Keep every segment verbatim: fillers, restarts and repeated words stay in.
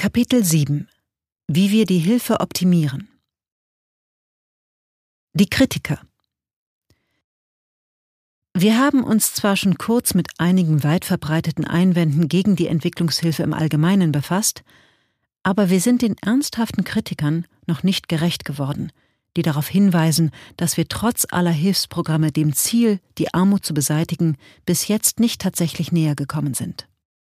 Kapitel sieben: Wie wir die Hilfe optimieren. Die Kritiker. Wir haben uns zwar schon kurz mit einigen weit verbreiteten Einwänden gegen die Entwicklungshilfe im Allgemeinen befasst, aber wir sind den ernsthaften Kritikern noch nicht gerecht geworden, die darauf hinweisen, dass wir trotz aller Hilfsprogramme dem Ziel, die Armut zu beseitigen, bis jetzt nicht tatsächlich näher gekommen sind.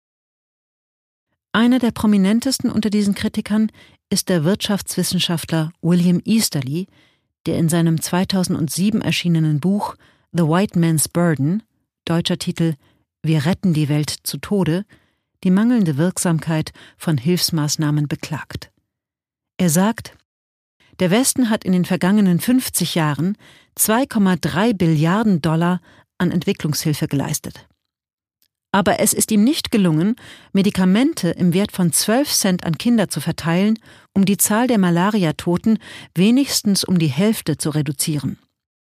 Einer der prominentesten unter diesen Kritikern ist der Wirtschaftswissenschaftler William Easterly, der in seinem zweitausendsieben erschienenen Buch The White Man's Burden, deutscher Titel Wir retten die Welt zu Tode, die mangelnde Wirksamkeit von Hilfsmaßnahmen beklagt. Er sagt, der Westen hat in den vergangenen fünfzig Jahren zwei Komma drei Billiarden Dollar an Entwicklungshilfe geleistet. Aber es ist ihm nicht gelungen, Medikamente im Wert von zwölf Cent an Kinder zu verteilen, um die Zahl der Malariatoten wenigstens um die Hälfte zu reduzieren.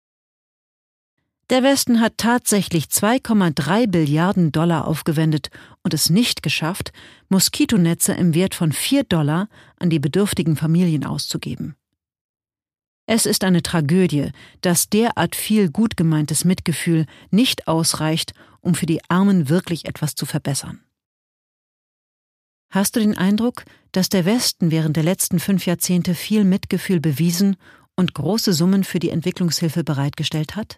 Der Westen hat tatsächlich zwei Komma drei Billiarden Dollar aufgewendet und es nicht geschafft, Moskitonetze im Wert von vier Dollar an die bedürftigen Familien auszugeben. Es ist eine Tragödie, dass derart viel gut gemeintes Mitgefühl nicht ausreicht, um für die Armen wirklich etwas zu verbessern. Hast du den Eindruck, dass der Westen während der letzten fünf Jahrzehnte viel Mitgefühl bewiesen und große Summen für die Entwicklungshilfe bereitgestellt hat?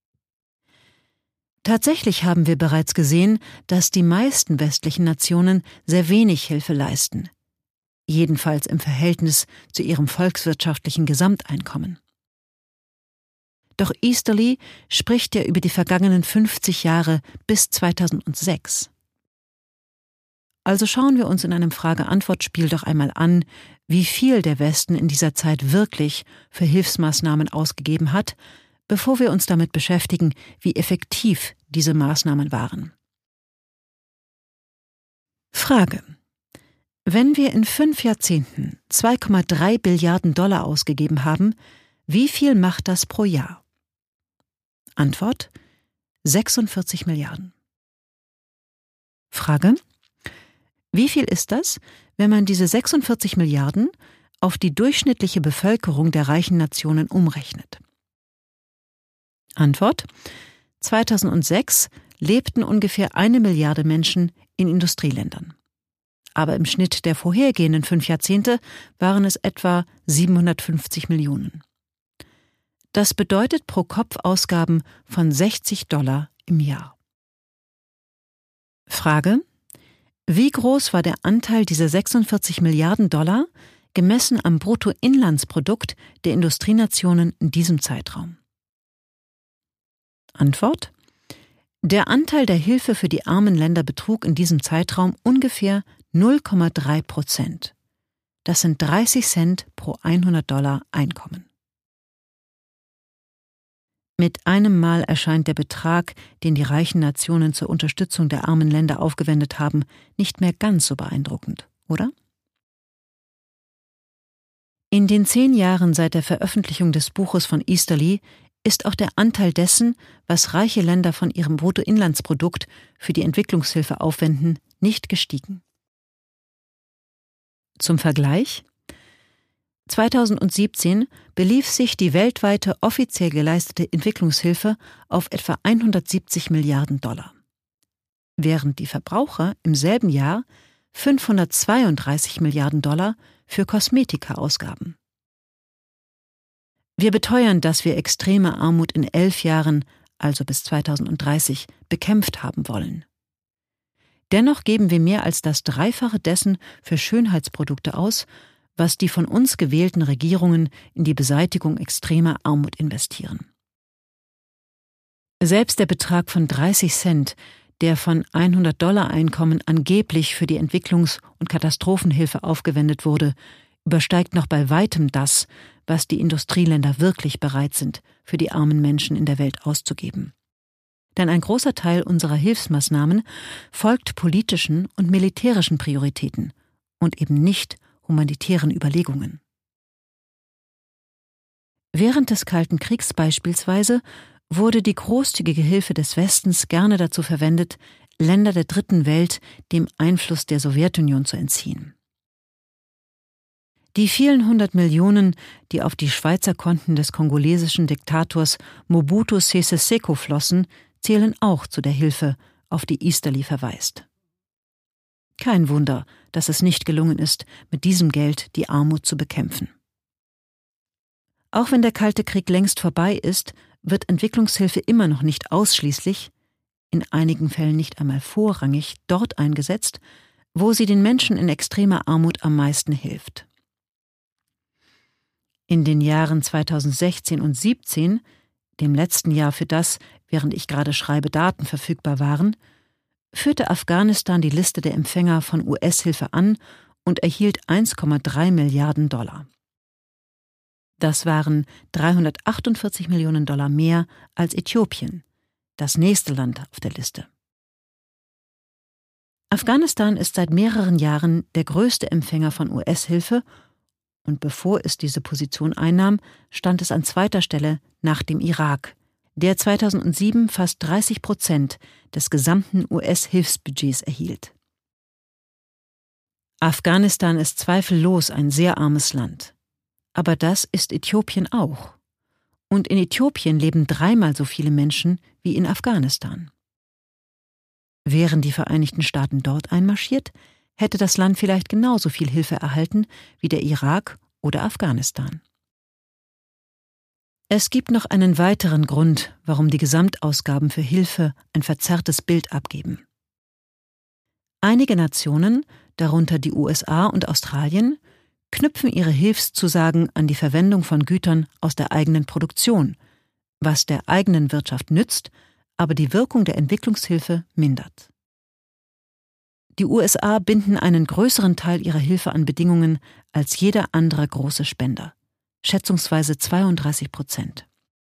Tatsächlich haben wir bereits gesehen, dass die meisten westlichen Nationen sehr wenig Hilfe leisten, jedenfalls im Verhältnis zu ihrem volkswirtschaftlichen Gesamteinkommen. Doch Easterly spricht ja über die vergangenen fünfzig Jahre bis zweitausendsechs. Also schauen wir uns in einem Frage-Antwort-Spiel doch einmal an, wie viel der Westen in dieser Zeit wirklich für Hilfsmaßnahmen ausgegeben hat, bevor wir uns damit beschäftigen, wie effektiv diese Maßnahmen waren. Frage: Wenn wir in fünf Jahrzehnten zwei Komma drei Billiarden Dollar ausgegeben haben, wie viel macht das pro Jahr? Antwort: sechsundvierzig Milliarden. Frage: Wie viel ist das, wenn man diese sechsundvierzig Milliarden auf die durchschnittliche Bevölkerung der reichen Nationen umrechnet? Antwort: zweitausendsechs lebten ungefähr eine Milliarde Menschen in Industrieländern. Aber im Schnitt der vorhergehenden fünf Jahrzehnte waren es etwa siebenhundertfünfzig Millionen. Das bedeutet pro Kopf Ausgaben von sechzig Dollar im Jahr. Frage: Wie groß war der Anteil dieser sechsundvierzig Milliarden Dollar, gemessen am Bruttoinlandsprodukt der Industrienationen in diesem Zeitraum? Antwort: Der Anteil der Hilfe für die armen Länder betrug in diesem Zeitraum ungefähr null Komma drei Prozent. Das sind dreißig Cent pro hundert Dollar Einkommen. Mit einem Mal erscheint der Betrag, den die reichen Nationen zur Unterstützung der armen Länder aufgewendet haben, nicht mehr ganz so beeindruckend, oder? In den zehn Jahren seit der Veröffentlichung des Buches von Easterly ist auch der Anteil dessen, was reiche Länder von ihrem Bruttoinlandsprodukt für die Entwicklungshilfe aufwenden, nicht gestiegen. Zum Vergleich: zweitausendsiebzehn belief sich die weltweite offiziell geleistete Entwicklungshilfe auf etwa hundertsiebzig Milliarden Dollar, während die Verbraucher im selben Jahr fünfhundertzweiunddreißig Milliarden Dollar für Kosmetika ausgaben. Wir beteuern, dass wir extreme Armut in elf Jahren, also bis zweitausenddreißig, bekämpft haben wollen. Dennoch geben wir mehr als das Dreifache dessen für Schönheitsprodukte aus, was die von uns gewählten Regierungen in die Beseitigung extremer Armut investieren. Selbst der Betrag von dreißig Cent, der von hundert Dollar Einkommen angeblich für die Entwicklungs- und Katastrophenhilfe aufgewendet wurde, übersteigt noch bei weitem das, was die Industrieländer wirklich bereit sind, für die armen Menschen in der Welt auszugeben. Denn ein großer Teil unserer Hilfsmaßnahmen folgt politischen und militärischen Prioritäten und eben nicht humanitären Überlegungen. Während des Kalten Kriegs beispielsweise wurde die großzügige Hilfe des Westens gerne dazu verwendet, Länder der Dritten Welt dem Einfluss der Sowjetunion zu entziehen. Die vielen hundert Millionen, die auf die Schweizer Konten des kongolesischen Diktators Mobutu Sese Seko flossen, zählen auch zu der Hilfe, auf die Easterly verweist. Kein Wunder, dass es nicht gelungen ist, mit diesem Geld die Armut zu bekämpfen. Auch wenn der Kalte Krieg längst vorbei ist, wird Entwicklungshilfe immer noch nicht ausschließlich, in einigen Fällen nicht einmal vorrangig, dort eingesetzt, wo sie den Menschen in extremer Armut am meisten hilft. In den Jahren zweitausendsechzehn und siebzehn, dem letzten Jahr, für das, während ich gerade schreibe, Daten verfügbar waren, führte Afghanistan die Liste der Empfänger von U S-Hilfe an und erhielt eins Komma drei Milliarden Dollar. Das waren dreihundertachtundvierzig Millionen Dollar mehr als Äthiopien, das nächste Land auf der Liste. Afghanistan ist seit mehreren Jahren der größte Empfänger von U S-Hilfe und bevor es diese Position einnahm, stand es an zweiter Stelle nach dem Irak, der zweitausendsieben fast dreißig Prozent des gesamten U S-Hilfsbudgets erhielt. Afghanistan ist zweifellos ein sehr armes Land. Aber das ist Äthiopien auch. Und in Äthiopien leben dreimal so viele Menschen wie in Afghanistan. Wären die Vereinigten Staaten dort einmarschiert, hätte das Land vielleicht genauso viel Hilfe erhalten wie der Irak oder Afghanistan. Es gibt noch einen weiteren Grund, warum die Gesamtausgaben für Hilfe ein verzerrtes Bild abgeben. Einige Nationen, darunter die U S A und Australien, knüpfen ihre Hilfszusagen an die Verwendung von Gütern aus der eigenen Produktion, was der eigenen Wirtschaft nützt, aber die Wirkung der Entwicklungshilfe mindert. Die U S A binden einen größeren Teil ihrer Hilfe an Bedingungen als jeder andere große Spender, schätzungsweise zweiunddreißig Prozent.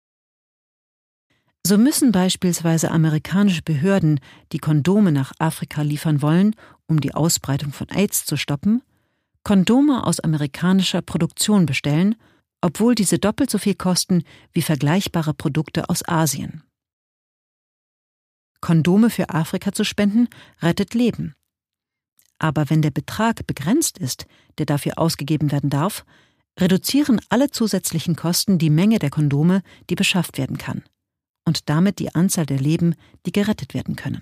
So müssen beispielsweise amerikanische Behörden, die Kondome nach Afrika liefern wollen, um die Ausbreitung von AIDS zu stoppen, Kondome aus amerikanischer Produktion bestellen, obwohl diese doppelt so viel kosten wie vergleichbare Produkte aus Asien. Kondome für Afrika zu spenden, rettet Leben. Aber wenn der Betrag begrenzt ist, der dafür ausgegeben werden darf, reduzieren alle zusätzlichen Kosten die Menge der Kondome, die beschafft werden kann, und damit die Anzahl der Leben, die gerettet werden können.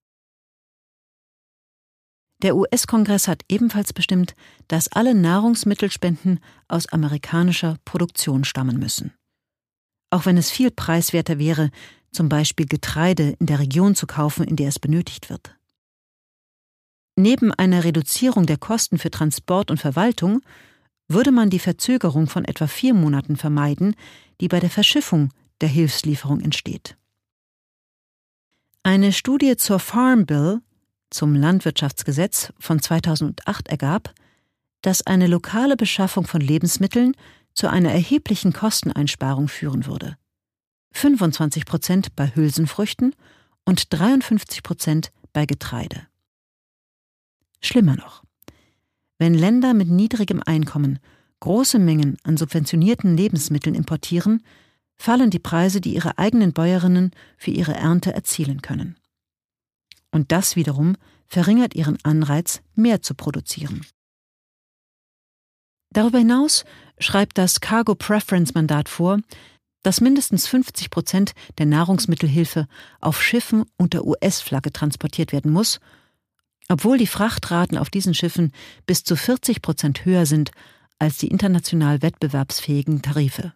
Der U S-Kongress hat ebenfalls bestimmt, dass alle Nahrungsmittelspenden aus amerikanischer Produktion stammen müssen. Auch wenn es viel preiswerter wäre, zum Beispiel Getreide in der Region zu kaufen, in der es benötigt wird. Neben einer Reduzierung der Kosten für Transport und Verwaltung würde man die Verzögerung von etwa vier Monaten vermeiden, die bei der Verschiffung der Hilfslieferung entsteht. Eine Studie zur Farm Bill, zum Landwirtschaftsgesetz von zweitausendacht ergab, dass eine lokale Beschaffung von Lebensmitteln zu einer erheblichen Kosteneinsparung führen würde. fünfundzwanzig Prozent bei Hülsenfrüchten und dreiundfünfzig Prozent bei Getreide. Schlimmer noch: Wenn Länder mit niedrigem Einkommen große Mengen an subventionierten Lebensmitteln importieren, fallen die Preise, die ihre eigenen Bäuerinnen für ihre Ernte erzielen können. Und das wiederum verringert ihren Anreiz, mehr zu produzieren. Darüber hinaus schreibt das Cargo Preference Mandat vor, dass mindestens fünfzig Prozent der Nahrungsmittelhilfe auf Schiffen unter U S-Flagge transportiert werden muss, obwohl die Frachtraten auf diesen Schiffen bis zu vierzig Prozent höher sind als die international wettbewerbsfähigen Tarife.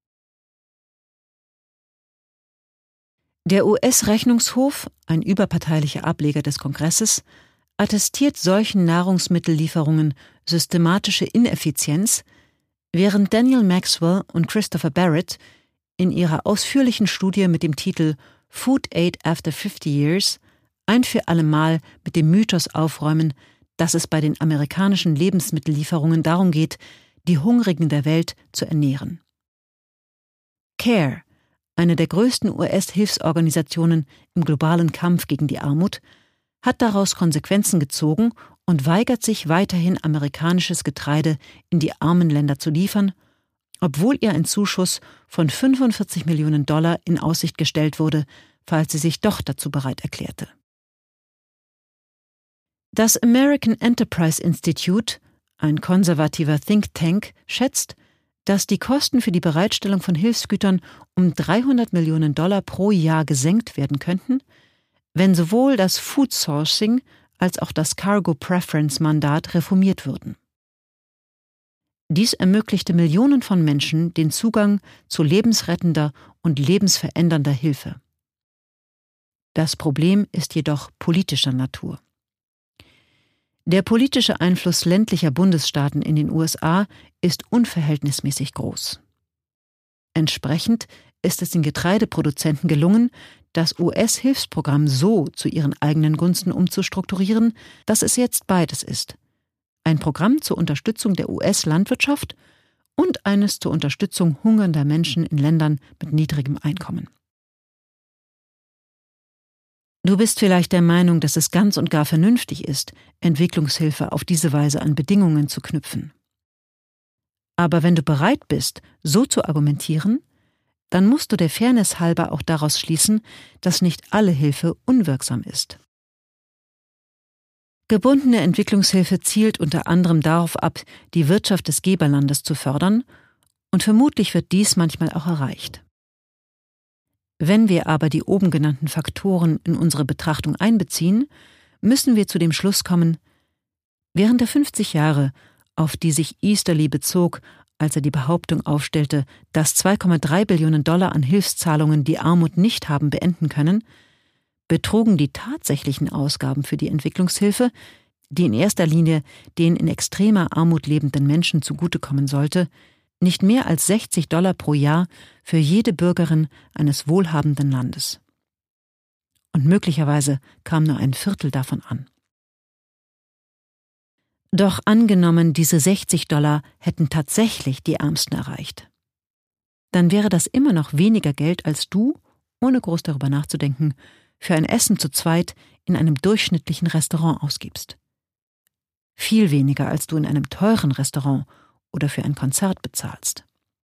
Der U S-Rechnungshof, ein überparteilicher Ableger des Kongresses, attestiert solchen Nahrungsmittellieferungen systematische Ineffizienz, während Daniel Maxwell und Christopher Barrett in ihrer ausführlichen Studie mit dem Titel Food Aid After fifty Years ein für allemal mit dem Mythos aufräumen, dass es bei den amerikanischen Lebensmittellieferungen darum geht, die Hungrigen der Welt zu ernähren. CARE, eine der größten U S-Hilfsorganisationen im globalen Kampf gegen die Armut, hat daraus Konsequenzen gezogen und weigert sich weiterhin, amerikanisches Getreide in die armen Länder zu liefern, obwohl ihr ein Zuschuss von fünfundvierzig Millionen Dollar in Aussicht gestellt wurde, falls sie sich doch dazu bereit erklärte. Das American Enterprise Institute, Ein konservativer Think Tank schätzt, dass die Kosten für die Bereitstellung von Hilfsgütern um dreihundert Millionen Dollar pro Jahr gesenkt werden könnten, wenn sowohl das Food Sourcing als auch das Cargo Preference Mandat reformiert würden. Dies ermöglichte Millionen von Menschen den Zugang zu lebensrettender und lebensverändernder Hilfe. Das Problem ist jedoch politischer Natur. Der politische Einfluss ländlicher Bundesstaaten in den U S A ist unverhältnismäßig groß. Entsprechend ist es den Getreideproduzenten gelungen, das U S-Hilfsprogramm so zu ihren eigenen Gunsten umzustrukturieren, dass es jetzt beides ist: ein Programm zur Unterstützung der U S-Landwirtschaft und eines zur Unterstützung hungernder Menschen in Ländern mit niedrigem Einkommen. Du bist vielleicht der Meinung, dass es ganz und gar vernünftig ist, Entwicklungshilfe auf diese Weise an Bedingungen zu knüpfen. Aber wenn du bereit bist, so zu argumentieren, dann musst du der Fairness halber auch daraus schließen, dass nicht alle Hilfe unwirksam ist. Gebundene Entwicklungshilfe zielt unter anderem darauf ab, die Wirtschaft des Geberlandes zu fördern, und vermutlich wird dies manchmal auch erreicht. Wenn wir aber die oben genannten Faktoren in unsere Betrachtung einbeziehen, müssen wir zu dem Schluss kommen: Während der fünfzig Jahre, auf die sich Easterly bezog, als er die Behauptung aufstellte, dass zwei Komma drei Billionen Dollar an Hilfszahlungen die Armut nicht haben beenden können, betrugen die tatsächlichen Ausgaben für die Entwicklungshilfe, die in erster Linie den in extremer Armut lebenden Menschen zugutekommen sollte, nicht mehr als sechzig Dollar pro Jahr für jede Bürgerin eines wohlhabenden Landes. Und möglicherweise kam nur ein Viertel davon an. Doch angenommen, diese sechzig Dollar hätten tatsächlich die Ärmsten erreicht, dann wäre das immer noch weniger Geld, als du, ohne groß darüber nachzudenken, für ein Essen zu zweit in einem durchschnittlichen Restaurant ausgibst. Viel weniger, als du in einem teuren Restaurant oder für ein Konzert bezahlst.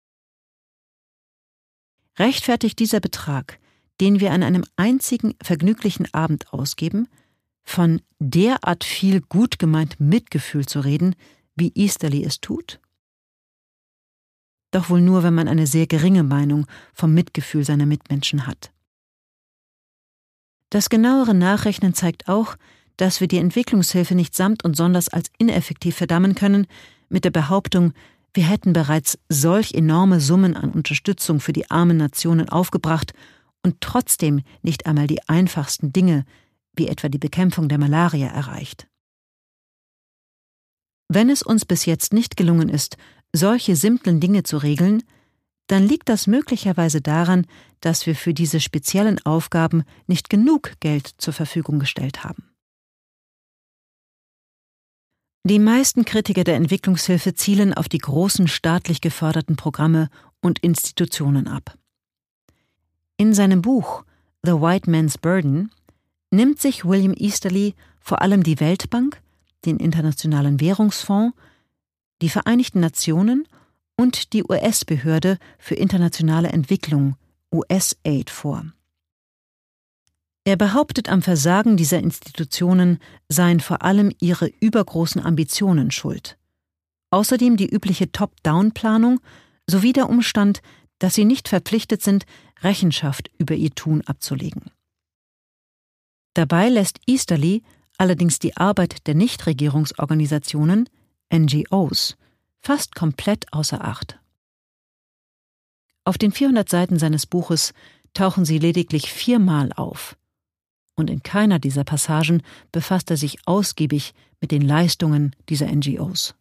Rechtfertigt dieser Betrag, den wir an einem einzigen vergnüglichen Abend ausgeben, von derart viel gut gemeintem Mitgefühl zu reden, wie Easterly es tut? Doch wohl nur, wenn man eine sehr geringe Meinung vom Mitgefühl seiner Mitmenschen hat. Das genauere Nachrechnen zeigt auch, dass wir die Entwicklungshilfe nicht samt und sonders als ineffektiv verdammen können, mit der Behauptung, wir hätten bereits solch enorme Summen an Unterstützung für die armen Nationen aufgebracht und trotzdem nicht einmal die einfachsten Dinge, wie etwa die Bekämpfung der Malaria, erreicht. Wenn es uns bis jetzt nicht gelungen ist, solche simplen Dinge zu regeln, dann liegt das möglicherweise daran, dass wir für diese speziellen Aufgaben nicht genug Geld zur Verfügung gestellt haben. Die meisten Kritiker der Entwicklungshilfe zielen auf die großen staatlich geförderten Programme und Institutionen ab. In seinem Buch The White Man's Burden nimmt sich William Easterly vor allem die Weltbank, den Internationalen Währungsfonds, die Vereinigten Nationen und die U S-Behörde für internationale Entwicklung, U S A I D, vor. Er behauptet, am Versagen dieser Institutionen seien vor allem ihre übergroßen Ambitionen schuld. Außerdem die übliche Top-Down-Planung sowie der Umstand, dass sie nicht verpflichtet sind, Rechenschaft über ihr Tun abzulegen. Dabei lässt Easterly allerdings die Arbeit der Nichtregierungsorganisationen, N G Os, fast komplett außer Acht. Auf den vierhundert Seiten seines Buches tauchen sie lediglich viermal auf. Und in keiner dieser Passagen befasst er sich ausgiebig mit den Leistungen dieser N G Os.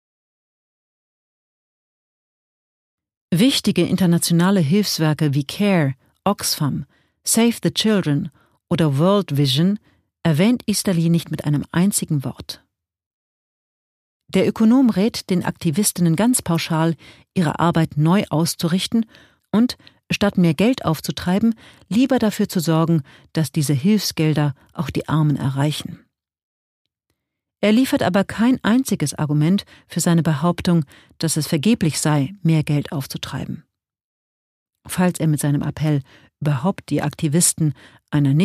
Wichtige internationale Hilfswerke wie CARE, Oxfam, Save the Children oder World Vision erwähnt Easterly nicht mit einem einzigen Wort. Der Ökonom rät den Aktivistinnen ganz pauschal, ihre Arbeit neu auszurichten und, statt mehr Geld aufzutreiben, lieber dafür zu sorgen, dass diese Hilfsgelder auch die Armen erreichen. Er liefert aber kein einziges Argument für seine Behauptung, dass es vergeblich sei, mehr Geld aufzutreiben. Falls er mit seinem Appell überhaupt die Aktivisten einer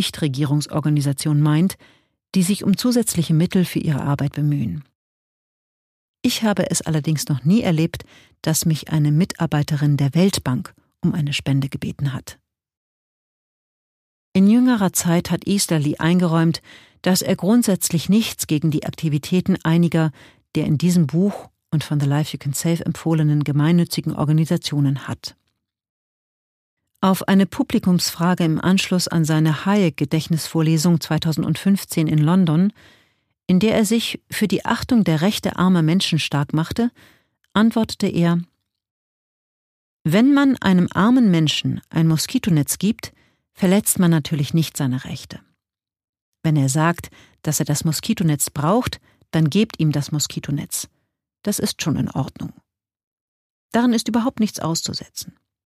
Nichtregierungsorganisation meint, die sich um zusätzliche Mittel für ihre Arbeit bemühen. Ich habe es allerdings noch nie erlebt, dass mich eine Mitarbeiterin der Weltbank um eine Spende gebeten hat. In jüngerer Zeit hat Easterly eingeräumt, dass er grundsätzlich nichts gegen die Aktivitäten einiger der in diesem Buch und von The Life You Can Save empfohlenen gemeinnützigen Organisationen hat. Auf eine Publikumsfrage im Anschluss an seine Hayek-Gedächtnisvorlesung zweitausendfünfzehn in London, in der er sich für die Achtung der Rechte armer Menschen stark machte, antwortete er: Wenn man einem armen Menschen ein Moskitonetz gibt, verletzt man natürlich nicht seine Rechte. Wenn er sagt, dass er das Moskitonetz braucht, dann gebt ihm das Moskitonetz. Das ist schon in Ordnung. Daran ist überhaupt nichts auszusetzen.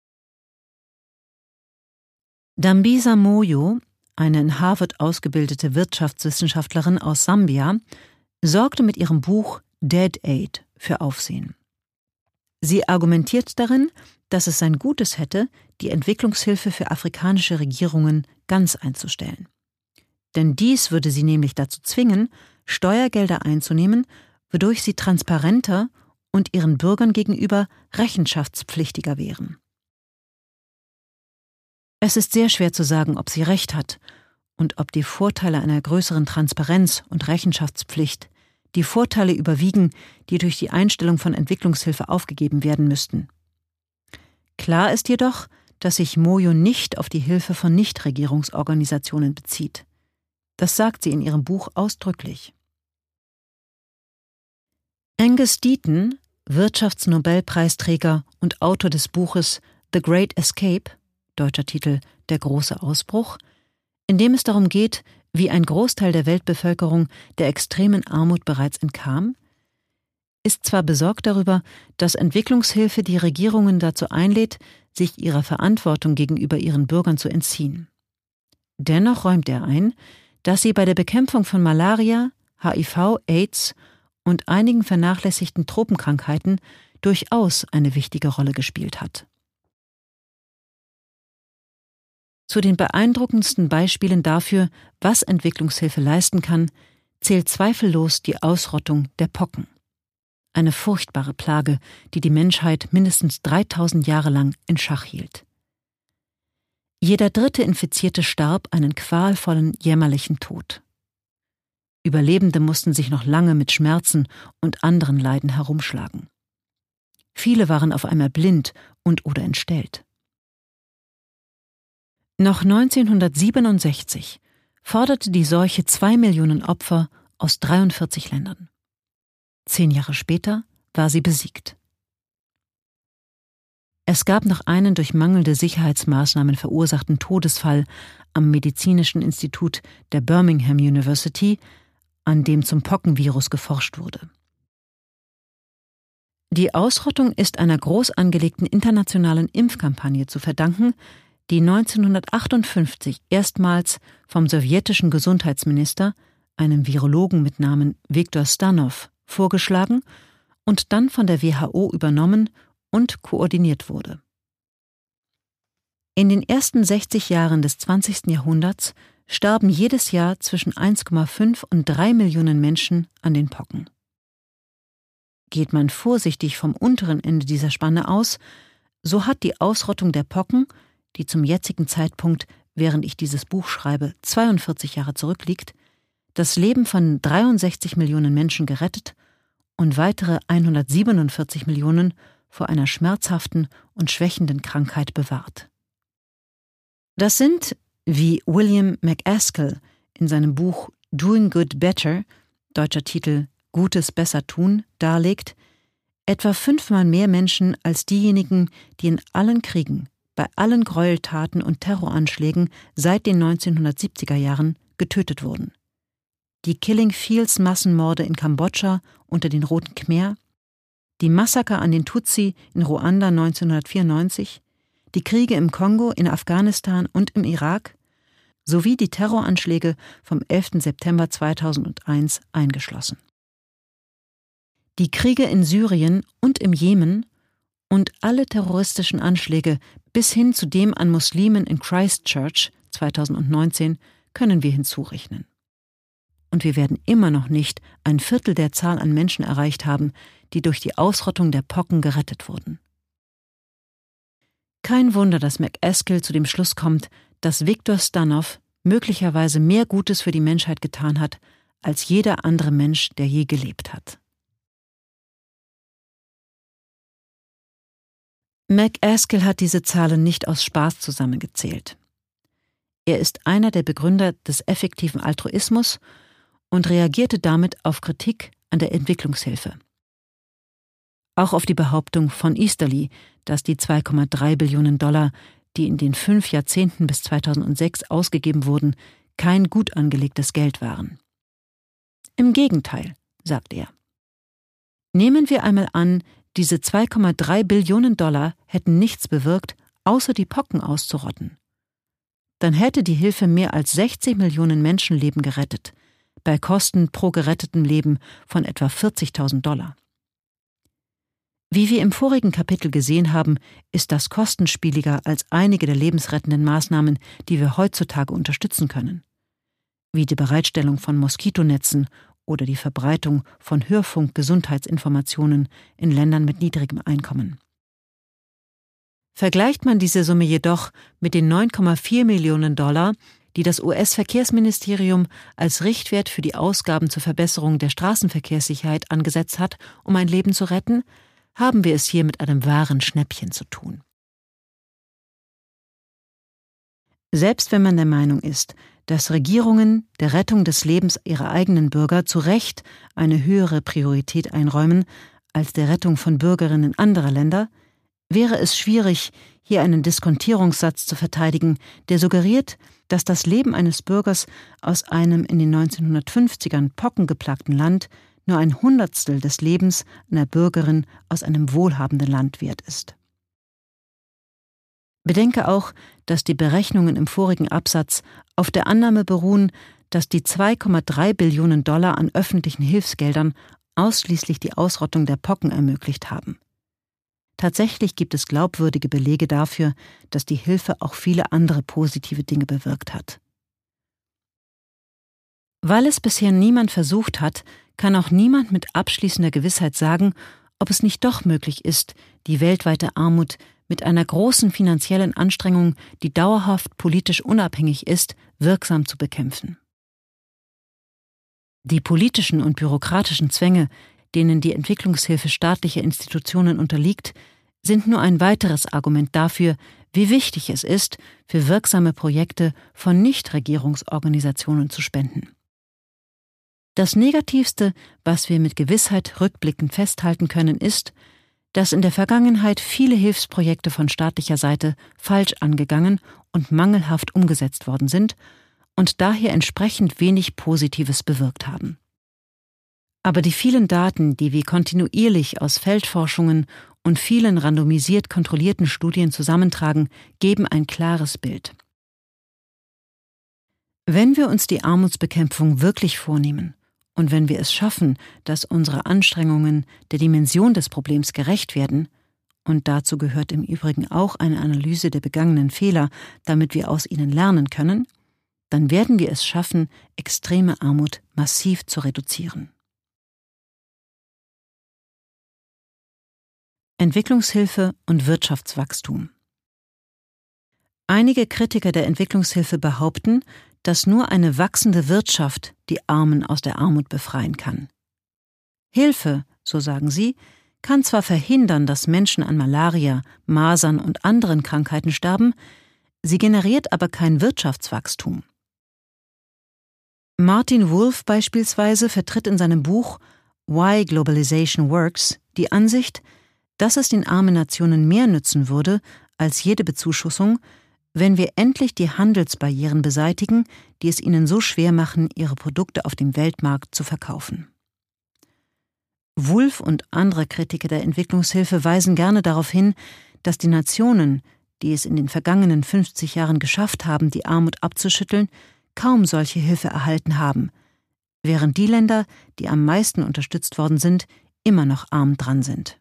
Dambisa Moyo, eine in Harvard ausgebildete Wirtschaftswissenschaftlerin aus Sambia, sorgte mit ihrem Buch Dead Aid für Aufsehen. Sie argumentiert darin, dass es sein Gutes hätte, die Entwicklungshilfe für afrikanische Regierungen ganz einzustellen. Denn dies würde sie nämlich dazu zwingen, Steuergelder einzunehmen, wodurch sie transparenter und ihren Bürgern gegenüber rechenschaftspflichtiger wären. Es ist sehr schwer zu sagen, ob sie recht hat und ob die Vorteile einer größeren Transparenz und Rechenschaftspflicht die Vorteile überwiegen, die durch die Einstellung von Entwicklungshilfe aufgegeben werden müssten. Klar ist jedoch, dass sich Moyo nicht auf die Hilfe von Nichtregierungsorganisationen bezieht. Das sagt sie in ihrem Buch ausdrücklich. Angus Deaton, Wirtschaftsnobelpreisträger und Autor des Buches The Great Escape, deutscher Titel Der große Ausbruch, in dem es darum geht, wie ein Großteil der Weltbevölkerung der extremen Armut bereits entkam, ist zwar besorgt darüber, dass Entwicklungshilfe die Regierungen dazu einlädt, sich ihrer Verantwortung gegenüber ihren Bürgern zu entziehen. Dennoch räumt er ein, dass sie bei der Bekämpfung von Malaria, H I V, AIDS und einigen vernachlässigten Tropenkrankheiten durchaus eine wichtige Rolle gespielt hat. Zu den beeindruckendsten Beispielen dafür, was Entwicklungshilfe leisten kann, zählt zweifellos die Ausrottung der Pocken. Eine furchtbare Plage, die die Menschheit mindestens dreitausend Jahre lang in Schach hielt. Jeder dritte Infizierte starb einen qualvollen, jämmerlichen Tod. Überlebende mussten sich noch lange mit Schmerzen und anderen Leiden herumschlagen. Viele waren auf einmal blind und oder entstellt. Noch neunzehnhundertsiebenundsechzig forderte die Seuche zwei Millionen Opfer aus dreiundvierzig Ländern. Zehn Jahre später war sie besiegt. Es gab noch einen durch mangelnde Sicherheitsmaßnahmen verursachten Todesfall am Medizinischen Institut der Birmingham University, an dem zum Pockenvirus geforscht wurde. Die Ausrottung ist einer groß angelegten internationalen Impfkampagne zu verdanken, die neunzehnhundertachtundfünfzig erstmals vom sowjetischen Gesundheitsminister, einem Virologen mit Namen Viktor Stanov, vorgeschlagen und dann von der W H O übernommen und koordiniert wurde. In den ersten sechzig Jahren des zwanzigsten Jahrhunderts starben jedes Jahr zwischen eins Komma fünf und drei Millionen Menschen an den Pocken. Geht man vorsichtig vom unteren Ende dieser Spanne aus, so hat die Ausrottung der Pocken, die zum jetzigen Zeitpunkt, während ich dieses Buch schreibe, zweiundvierzig Jahre zurückliegt, das Leben von dreiundsechzig Millionen Menschen gerettet und weitere hundertsiebenundvierzig Millionen vor einer schmerzhaften und schwächenden Krankheit bewahrt. Das sind, wie William MacAskill in seinem Buch Doing Good Better, deutscher Titel Gutes besser tun, darlegt, etwa fünfmal mehr Menschen als diejenigen, die in allen Kriegen, bei allen Gräueltaten und Terroranschlägen seit den neunzehnhundertsiebziger Jahren getötet wurden. Die Killing Fields Massenmorde in Kambodscha unter den Roten Khmer, die Massaker an den Tutsi in Ruanda neunzehnhundertvierundneunzig, die Kriege im Kongo, in Afghanistan und im Irak sowie die Terroranschläge vom elften September zweitausendeins eingeschlossen. Die Kriege in Syrien und im Jemen und alle terroristischen Anschläge bis hin zu dem an Muslimen in Christchurch zweitausendneunzehn können wir hinzurechnen. und wir werden immer noch nicht ein Viertel der Zahl an Menschen erreicht haben, die durch die Ausrottung der Pocken gerettet wurden. Kein Wunder, dass MacAskill zu dem Schluss kommt, dass Victor Stanov möglicherweise mehr Gutes für die Menschheit getan hat, als jeder andere Mensch, der je gelebt hat. MacAskill hat diese Zahlen nicht aus Spaß zusammengezählt. Er ist einer der Begründer des effektiven Altruismus und reagierte damit auf Kritik an der Entwicklungshilfe. Auch auf die Behauptung von Easterly, dass die zwei Komma drei Billionen Dollar, die in den fünf Jahrzehnten bis zweitausendsechs ausgegeben wurden, kein gut angelegtes Geld waren. Im Gegenteil, sagt er. Nehmen wir einmal an, diese zwei Komma drei Billionen Dollar hätten nichts bewirkt, außer die Pocken auszurotten. Dann hätte die Hilfe mehr als sechzig Millionen Menschenleben gerettet, bei Kosten pro gerettetem Leben von etwa vierzigtausend Dollar. Wie wir im vorigen Kapitel gesehen haben, ist das kostenspieliger als einige der lebensrettenden Maßnahmen, die wir heutzutage unterstützen können, wie die Bereitstellung von Moskitonetzen oder die Verbreitung von Hörfunk-Gesundheitsinformationen in Ländern mit niedrigem Einkommen. Vergleicht man diese Summe jedoch mit den neun Komma vier Millionen Dollar, die das U S-Verkehrsministerium als Richtwert für die Ausgaben zur Verbesserung der Straßenverkehrssicherheit angesetzt hat, um ein Leben zu retten, haben wir es hier mit einem wahren Schnäppchen zu tun. Selbst wenn man der Meinung ist, dass Regierungen der Rettung des Lebens ihrer eigenen Bürger zu Recht eine höhere Priorität einräumen als der Rettung von Bürgerinnen anderer Länder, wäre es schwierig, hier einen Diskontierungssatz zu verteidigen, der suggeriert, dass das Leben eines Bürgers aus einem in den neunzehnhundertfünfzigern pockengeplagten Land nur ein Hundertstel des Lebens einer Bürgerin aus einem wohlhabenden Land wert ist. Bedenke auch, dass die Berechnungen im vorigen Absatz auf der Annahme beruhen, dass die zwei Komma drei Billionen Dollar an öffentlichen Hilfsgeldern ausschließlich die Ausrottung der Pocken ermöglicht haben. Tatsächlich gibt es glaubwürdige Belege dafür, dass die Hilfe auch viele andere positive Dinge bewirkt hat. Weil es bisher niemand versucht hat, kann auch niemand mit abschließender Gewissheit sagen, ob es nicht doch möglich ist, die weltweite Armut mit einer großen finanziellen Anstrengung, die dauerhaft politisch unabhängig ist, wirksam zu bekämpfen. Die politischen und bürokratischen Zwänge, denen die Entwicklungshilfe staatlicher Institutionen unterliegt, sind nur ein weiteres Argument dafür, wie wichtig es ist, für wirksame Projekte von Nichtregierungsorganisationen zu spenden. Das Negativste, was wir mit Gewissheit rückblickend festhalten können, ist, dass in der Vergangenheit viele Hilfsprojekte von staatlicher Seite falsch angegangen und mangelhaft umgesetzt worden sind und daher entsprechend wenig Positives bewirkt haben. Aber die vielen Daten, die wir kontinuierlich aus Feldforschungen und vielen randomisiert kontrollierten Studien zusammentragen, geben ein klares Bild. Wenn wir uns die Armutsbekämpfung wirklich vornehmen und wenn wir es schaffen, dass unsere Anstrengungen der Dimension des Problems gerecht werden, und dazu gehört im Übrigen auch eine Analyse der begangenen Fehler, damit wir aus ihnen lernen können, dann werden wir es schaffen, extreme Armut massiv zu reduzieren. Entwicklungshilfe und Wirtschaftswachstum. Einige Kritiker der Entwicklungshilfe behaupten, dass nur eine wachsende Wirtschaft die Armen aus der Armut befreien kann. Hilfe, so sagen sie, kann zwar verhindern, dass Menschen an Malaria, Masern und anderen Krankheiten sterben, sie generiert aber kein Wirtschaftswachstum. Martin Wolf beispielsweise vertritt in seinem Buch Why Globalization Works die Ansicht, dass es den armen Nationen mehr nützen würde als jede Bezuschussung, wenn wir endlich die Handelsbarrieren beseitigen, die es ihnen so schwer machen, ihre Produkte auf dem Weltmarkt zu verkaufen. Wolf und andere Kritiker der Entwicklungshilfe weisen gerne darauf hin, dass die Nationen, die es in den vergangenen fünfzig Jahren geschafft haben, die Armut abzuschütteln, kaum solche Hilfe erhalten haben, während die Länder, die am meisten unterstützt worden sind, immer noch arm dran sind.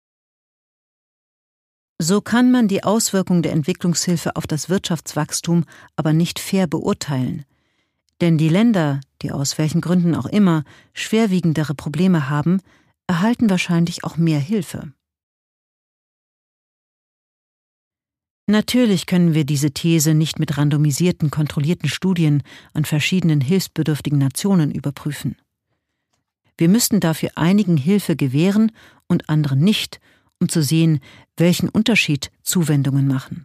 So kann man die Auswirkungen der Entwicklungshilfe auf das Wirtschaftswachstum aber nicht fair beurteilen, Denn die Länder, die aus welchen Gründen auch immer schwerwiegendere Probleme haben, erhalten wahrscheinlich auch mehr Hilfe. Natürlich können wir diese These nicht mit randomisierten, kontrollierten Studien an verschiedenen hilfsbedürftigen Nationen überprüfen. Wir müssten dafür einigen Hilfe gewähren und anderen nicht, um zu sehen, welchen Unterschied Zuwendungen machen.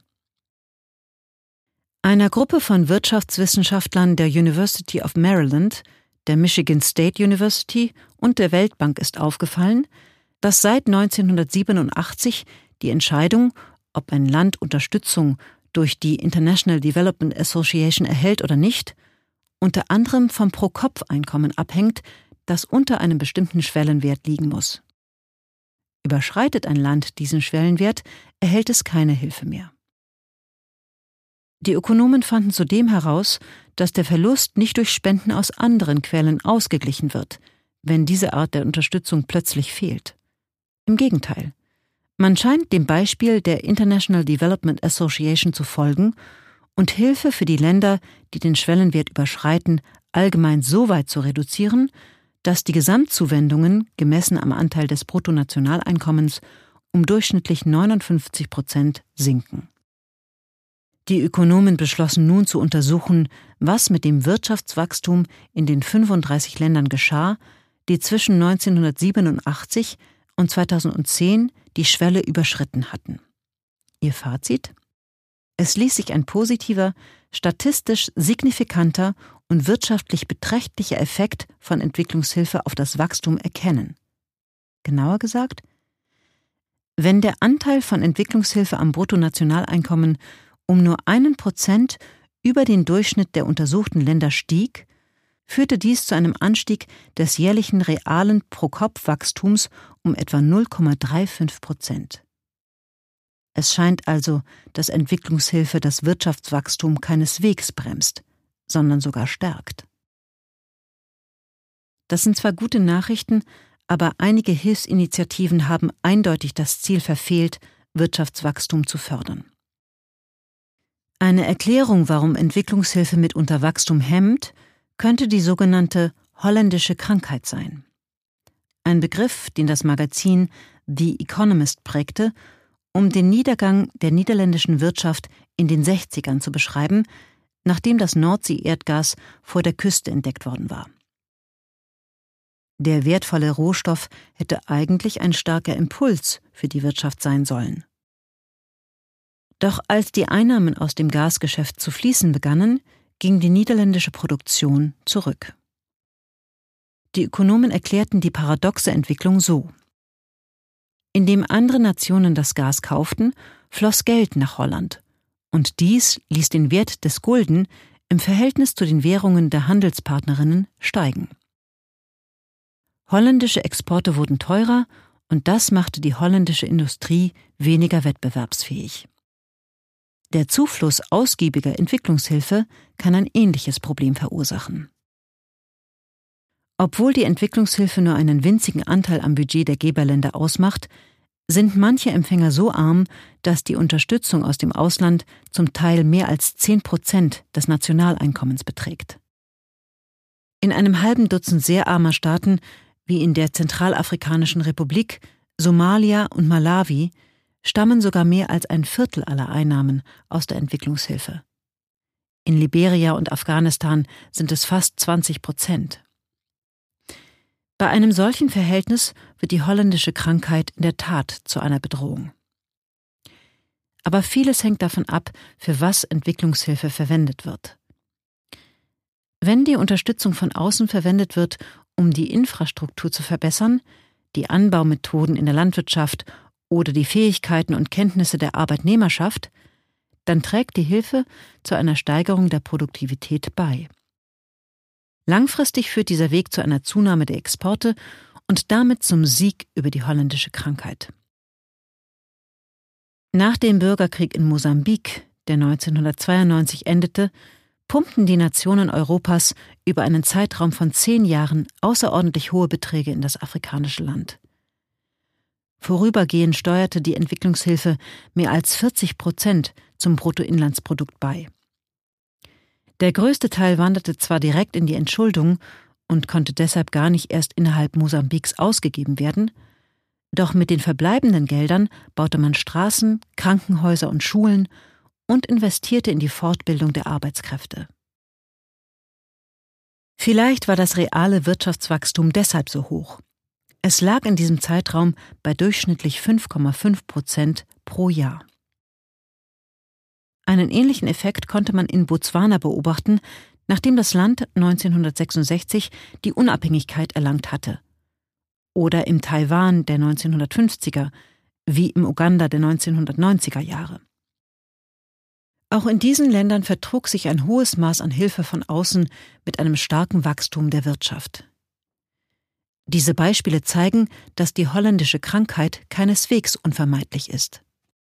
Einer Gruppe von Wirtschaftswissenschaftlern der University of Maryland, der Michigan State University und der Weltbank ist aufgefallen, dass seit neunzehnhundertsiebenundachtzig die Entscheidung, ob ein Land Unterstützung durch die International Development Association erhält oder nicht, unter anderem vom Pro-Kopf-Einkommen abhängt, das unter einem bestimmten Schwellenwert liegen muss. Überschreitet ein Land diesen Schwellenwert, erhält es keine Hilfe mehr. Die Ökonomen fanden zudem heraus, dass der Verlust nicht durch Spenden aus anderen Quellen ausgeglichen wird, wenn diese Art der Unterstützung plötzlich fehlt. Im Gegenteil. Man scheint dem Beispiel der International Development Association zu folgen und Hilfe für die Länder, die den Schwellenwert überschreiten, allgemein so weit zu reduzieren, dass die Gesamtzuwendungen, gemessen am Anteil des Bruttonationaleinkommens, um durchschnittlich neunundfünfzig Prozent sinken. Die Ökonomen beschlossen nun zu untersuchen, was mit dem Wirtschaftswachstum in den fünfunddreißig Ländern geschah, die zwischen neunzehnhundertsiebenundachtzig und zweitausendzehn die Schwelle überschritten hatten. Ihr Fazit? Es ließ sich ein positiver, statistisch signifikanter und wirtschaftlich beträchtlicher Effekt von Entwicklungshilfe auf das Wachstum erkennen. Genauer gesagt, wenn der Anteil von Entwicklungshilfe am Bruttonationaleinkommen um nur einen Prozent über den Durchschnitt der untersuchten Länder stieg, führte dies zu einem Anstieg des jährlichen realen Pro-Kopf-Wachstums um etwa null Komma fünfunddreißig Prozent. Es scheint also, dass Entwicklungshilfe das Wirtschaftswachstum keineswegs bremst, sondern sogar stärkt. Das sind zwar gute Nachrichten, aber einige Hilfsinitiativen haben eindeutig das Ziel verfehlt, Wirtschaftswachstum zu fördern. Eine Erklärung, warum Entwicklungshilfe mitunter Wachstum hemmt, könnte die sogenannte holländische Krankheit sein. Ein Begriff, den das Magazin The Economist prägte, um den Niedergang der niederländischen Wirtschaft in den sechzigern zu beschreiben, nachdem das Nordsee-Erdgas vor der Küste entdeckt worden war. Der wertvolle Rohstoff hätte eigentlich ein starker Impuls für die Wirtschaft sein sollen. Doch als die Einnahmen aus dem Gasgeschäft zu fließen begannen, ging die niederländische Produktion zurück. Die Ökonomen erklärten die paradoxe Entwicklung so: Indem andere Nationen das Gas kauften, floss Geld nach Holland, und dies ließ den Wert des Gulden im Verhältnis zu den Währungen der Handelspartnerinnen steigen. Holländische Exporte wurden teurer, und das machte die holländische Industrie weniger wettbewerbsfähig. Der Zufluss ausgiebiger Entwicklungshilfe kann ein ähnliches Problem verursachen. Obwohl die Entwicklungshilfe nur einen winzigen Anteil am Budget der Geberländer ausmacht, sind manche Empfänger so arm, dass die Unterstützung aus dem Ausland zum Teil mehr als zehn Prozent des Nationaleinkommens beträgt. In einem halben Dutzend sehr armer Staaten, wie in der Zentralafrikanischen Republik, Somalia und Malawi, stammen sogar mehr als ein Viertel aller Einnahmen aus der Entwicklungshilfe. In Liberia und Afghanistan sind es fast zwanzig Prozent. Bei einem solchen Verhältnis wird die holländische Krankheit in der Tat zu einer Bedrohung. Aber vieles hängt davon ab, für was Entwicklungshilfe verwendet wird. Wenn die Unterstützung von außen verwendet wird, um die Infrastruktur zu verbessern, die Anbaumethoden in der Landwirtschaft oder die Fähigkeiten und Kenntnisse der Arbeitnehmerschaft, dann trägt die Hilfe zu einer Steigerung der Produktivität bei. Langfristig führt dieser Weg zu einer Zunahme der Exporte und damit zum Sieg über die holländische Krankheit. Nach dem Bürgerkrieg in Mosambik, der neunzehnhundertzweiundneunzig endete, pumpten die Nationen Europas über einen Zeitraum von zehn Jahren außerordentlich hohe Beträge in das afrikanische Land. Vorübergehend steuerte die Entwicklungshilfe mehr als vierzig Prozent zum Bruttoinlandsprodukt bei. Der größte Teil wanderte zwar direkt in die Entschuldung und konnte deshalb gar nicht erst innerhalb Mosambiks ausgegeben werden, doch mit den verbleibenden Geldern baute man Straßen, Krankenhäuser und Schulen und investierte in die Fortbildung der Arbeitskräfte. Vielleicht war das reale Wirtschaftswachstum deshalb so hoch. Es lag in diesem Zeitraum bei durchschnittlich fünf Komma fünf Prozent pro Jahr. Einen ähnlichen Effekt konnte man in Botswana beobachten, nachdem das Land neunzehnhundertsechsundsechzig die Unabhängigkeit erlangt hatte. Oder im Taiwan der neunzehnhundertfünfziger, wie im Uganda der neunzehnhundertneunziger Jahre. Auch in diesen Ländern vertrug sich ein hohes Maß an Hilfe von außen mit einem starken Wachstum der Wirtschaft. Diese Beispiele zeigen, dass die holländische Krankheit keineswegs unvermeidlich ist.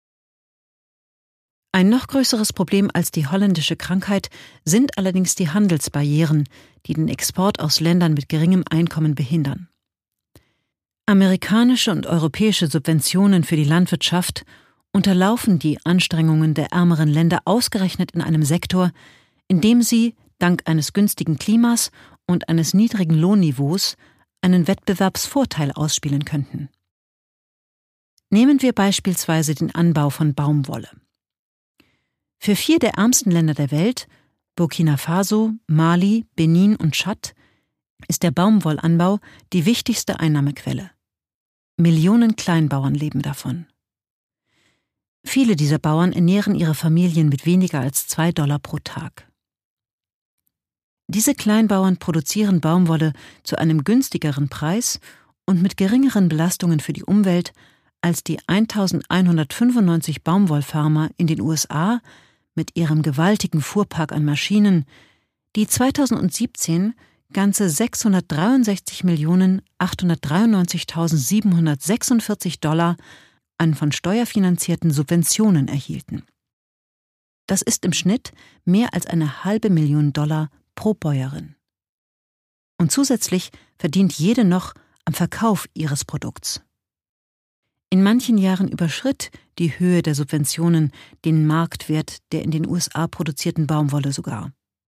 Ein noch größeres Problem als die holländische Krankheit sind allerdings die Handelsbarrieren, die den Export aus Ländern mit geringem Einkommen behindern. Amerikanische und europäische Subventionen für die Landwirtschaft unterlaufen die Anstrengungen der ärmeren Länder ausgerechnet in einem Sektor, in dem sie, dank eines günstigen Klimas und eines niedrigen Lohnniveaus, einen Wettbewerbsvorteil ausspielen könnten. Nehmen wir beispielsweise den Anbau von Baumwolle. Für vier der ärmsten Länder der Welt, Burkina Faso, Mali, Benin und Tschad, ist der Baumwollanbau die wichtigste Einnahmequelle. Millionen Kleinbauern leben davon. Viele dieser Bauern ernähren ihre Familien mit weniger als zwei Dollar pro Tag. Diese Kleinbauern produzieren Baumwolle zu einem günstigeren Preis und mit geringeren Belastungen für die Umwelt als die eintausendeinhundertfünfundneunzig Baumwollfarmer in den U S A mit ihrem gewaltigen Fuhrpark an Maschinen, die zweitausendsiebzehn ganze sechshundertdreiundsechzig Millionen achthundertdreiundneunzigtausendsiebenhundertsechsundvierzig Dollar an von steuerfinanzierten Subventionen erhielten. Das ist im Schnitt mehr als eine halbe Million Dollar pro Bäuerin. Und zusätzlich verdient jede noch am Verkauf ihres Produkts. In manchen Jahren überschritt die Höhe der Subventionen den Marktwert der in den U S A produzierten Baumwolle sogar.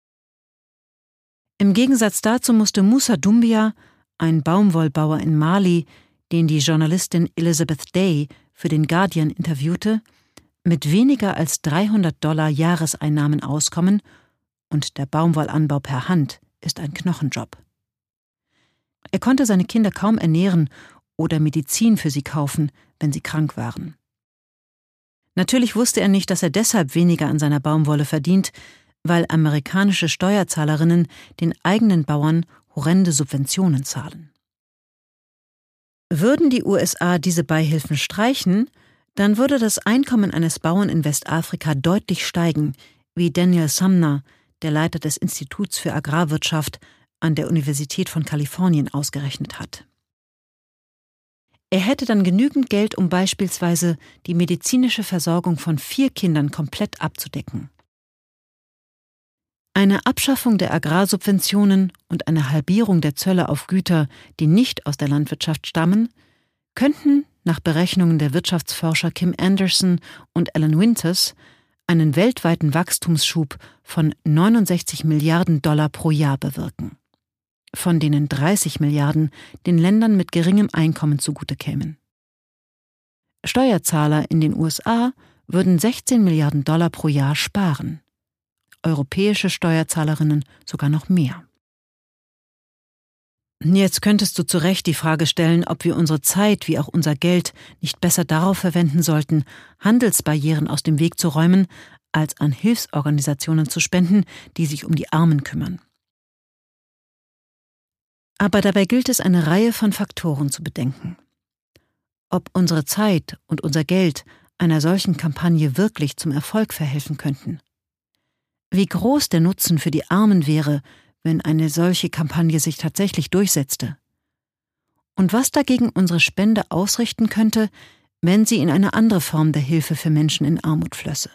Im Gegensatz dazu musste Musa Doumbia, ein Baumwollbauer in Mali, den die Journalistin Elizabeth Day für den Guardian interviewte, mit weniger als dreihundert Dollar Jahreseinnahmen auskommen, und der Baumwollanbau per Hand ist ein Knochenjob. Er konnte seine Kinder kaum ernähren oder Medizin für sie kaufen, wenn sie krank waren. Natürlich wusste er nicht, dass er deshalb weniger an seiner Baumwolle verdient, weil amerikanische Steuerzahlerinnen den eigenen Bauern horrende Subventionen zahlen. Würden die U S A diese Beihilfen streichen, dann würde das Einkommen eines Bauern in Westafrika deutlich steigen, wie Daniel Sumner, der Leiter des Instituts für Agrarwirtschaft an der Universität von Kalifornien, ausgerechnet hat. Er hätte dann genügend Geld, um beispielsweise die medizinische Versorgung von vier Kindern komplett abzudecken. Eine Abschaffung der Agrarsubventionen und eine Halbierung der Zölle auf Güter, die nicht aus der Landwirtschaft stammen, könnten nach Berechnungen der Wirtschaftsforscher Kim Anderson und Alan Winters einen weltweiten Wachstumsschub von neunundsechzig Milliarden Dollar pro Jahr bewirken, von denen dreißig Milliarden den Ländern mit geringem Einkommen zugute kämen. Steuerzahler in den U S A würden sechzehn Milliarden Dollar pro Jahr sparen, europäische Steuerzahlerinnen sogar noch mehr. Jetzt könntest du zu Recht die Frage stellen, ob wir unsere Zeit wie auch unser Geld nicht besser darauf verwenden sollten, Handelsbarrieren aus dem Weg zu räumen, als an Hilfsorganisationen zu spenden, die sich um die Armen kümmern. Aber dabei gilt es, eine Reihe von Faktoren zu bedenken. Ob unsere Zeit und unser Geld einer solchen Kampagne wirklich zum Erfolg verhelfen könnten. Wie groß der Nutzen für die Armen wäre, wenn eine solche Kampagne sich tatsächlich durchsetzte. Und was dagegen unsere Spende ausrichten könnte, wenn sie in eine andere Form der Hilfe für Menschen in Armut flösse.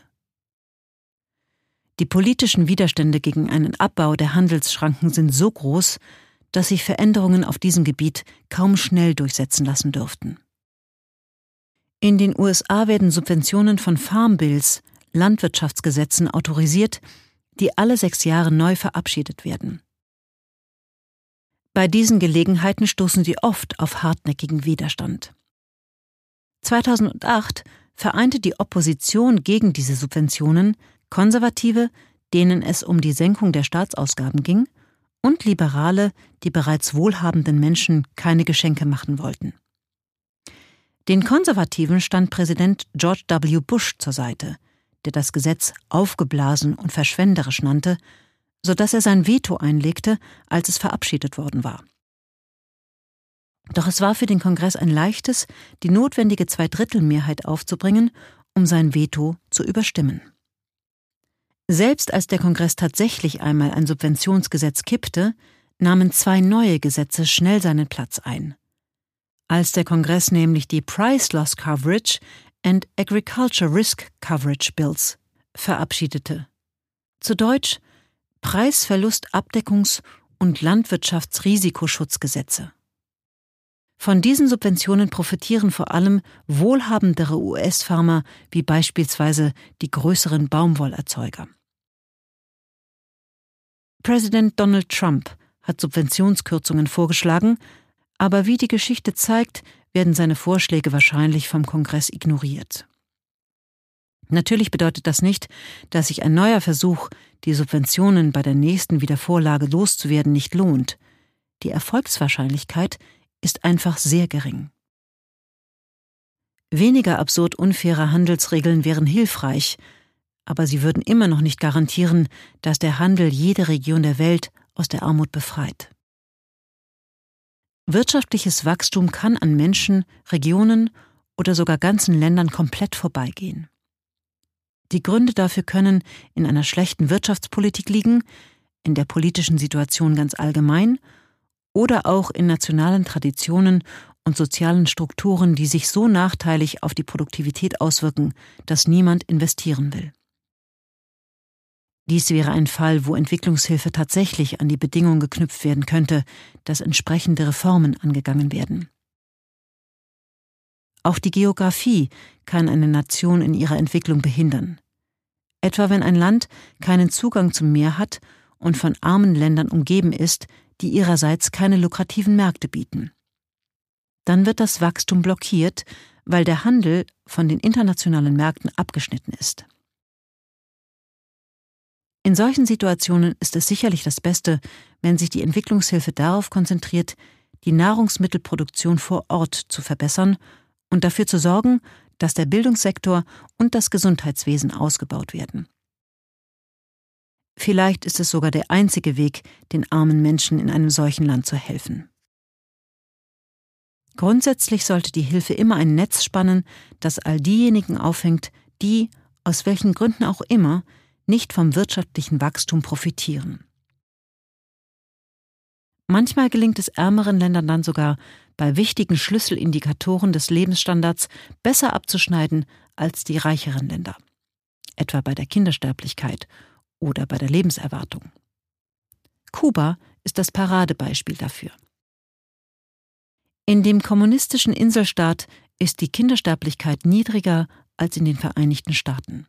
Die politischen Widerstände gegen einen Abbau der Handelsschranken sind so groß, dass sich Veränderungen auf diesem Gebiet kaum schnell durchsetzen lassen dürften. In den U S A werden Subventionen von Farm Bills, Landwirtschaftsgesetzen, autorisiert, die alle sechs Jahre neu verabschiedet werden. Bei diesen Gelegenheiten stoßen sie oft auf hartnäckigen Widerstand. zweitausendacht vereinte die Opposition gegen diese Subventionen Konservative, denen es um die Senkung der Staatsausgaben ging, und Liberale, die bereits wohlhabenden Menschen keine Geschenke machen wollten. Den Konservativen stand Präsident George W. Bush zur Seite, der das Gesetz aufgeblasen und verschwenderisch nannte, sodass er sein Veto einlegte, als es verabschiedet worden war. Doch es war für den Kongress ein leichtes, die notwendige Zweidrittelmehrheit aufzubringen, um sein Veto zu überstimmen. Selbst als der Kongress tatsächlich einmal ein Subventionsgesetz kippte, nahmen zwei neue Gesetze schnell seinen Platz ein. Als der Kongress nämlich die Price Loss Coverage and Agriculture Risk Coverage Bills verabschiedete. Zu Deutsch Preisverlustabdeckungs- und Landwirtschaftsrisikoschutzgesetze. Von diesen Subventionen profitieren vor allem wohlhabendere U S-Farmer wie beispielsweise die größeren Baumwollerzeuger. Präsident Donald Trump hat Subventionskürzungen vorgeschlagen, aber wie die Geschichte zeigt, werden seine Vorschläge wahrscheinlich vom Kongress ignoriert. Natürlich bedeutet das nicht, dass sich ein neuer Versuch, die Subventionen bei der nächsten Wiedervorlage loszuwerden, nicht lohnt. Die Erfolgswahrscheinlichkeit ist einfach sehr gering. Weniger absurd unfaire Handelsregeln wären hilfreich, aber sie würden immer noch nicht garantieren, dass der Handel jede Region der Welt aus der Armut befreit. Wirtschaftliches Wachstum kann an Menschen, Regionen oder sogar ganzen Ländern komplett vorbeigehen. Die Gründe dafür können in einer schlechten Wirtschaftspolitik liegen, in der politischen Situation ganz allgemein oder auch in nationalen Traditionen und sozialen Strukturen, die sich so nachteilig auf die Produktivität auswirken, dass niemand investieren will. Dies wäre ein Fall, wo Entwicklungshilfe tatsächlich an die Bedingung geknüpft werden könnte, dass entsprechende Reformen angegangen werden. Auch die Geografie kann eine Nation in ihrer Entwicklung behindern. Etwa wenn ein Land keinen Zugang zum Meer hat und von armen Ländern umgeben ist, die ihrerseits keine lukrativen Märkte bieten. Dann wird das Wachstum blockiert, weil der Handel von den internationalen Märkten abgeschnitten ist. In solchen Situationen ist es sicherlich das Beste, wenn sich die Entwicklungshilfe darauf konzentriert, die Nahrungsmittelproduktion vor Ort zu verbessern und dafür zu sorgen, dass der Bildungssektor und das Gesundheitswesen ausgebaut werden. Vielleicht ist es sogar der einzige Weg, den armen Menschen in einem solchen Land zu helfen. Grundsätzlich sollte die Hilfe immer ein Netz spannen, das all diejenigen auffängt, die, aus welchen Gründen auch immer, nicht vom wirtschaftlichen Wachstum profitieren. Manchmal gelingt es ärmeren Ländern dann sogar, bei wichtigen Schlüsselindikatoren des Lebensstandards besser abzuschneiden als die reicheren Länder, etwa bei der Kindersterblichkeit oder bei der Lebenserwartung. Kuba ist das Paradebeispiel dafür. In dem kommunistischen Inselstaat ist die Kindersterblichkeit niedriger als in den Vereinigten Staaten.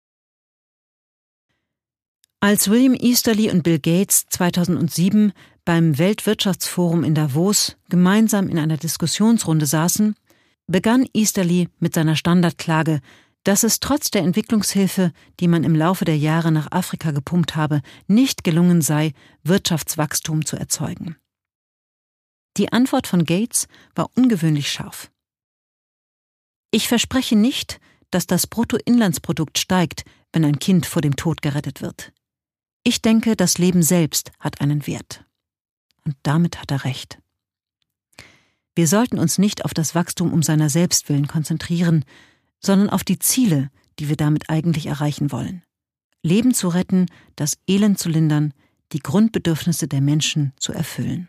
Als William Easterly und Bill Gates zweitausendsieben beim Weltwirtschaftsforum in Davos gemeinsam in einer Diskussionsrunde saßen, begann Easterly mit seiner Standardklage, dass es trotz der Entwicklungshilfe, die man im Laufe der Jahre nach Afrika gepumpt habe, nicht gelungen sei, Wirtschaftswachstum zu erzeugen. Die Antwort von Gates war ungewöhnlich scharf. Ich verspreche nicht, dass das Bruttoinlandsprodukt steigt, wenn ein Kind vor dem Tod gerettet wird. Ich denke, das Leben selbst hat einen Wert. Und damit hat er recht. Wir sollten uns nicht auf das Wachstum um seiner selbst willen konzentrieren, sondern auf die Ziele, die wir damit eigentlich erreichen wollen. Leben zu retten, das Elend zu lindern, die Grundbedürfnisse der Menschen zu erfüllen.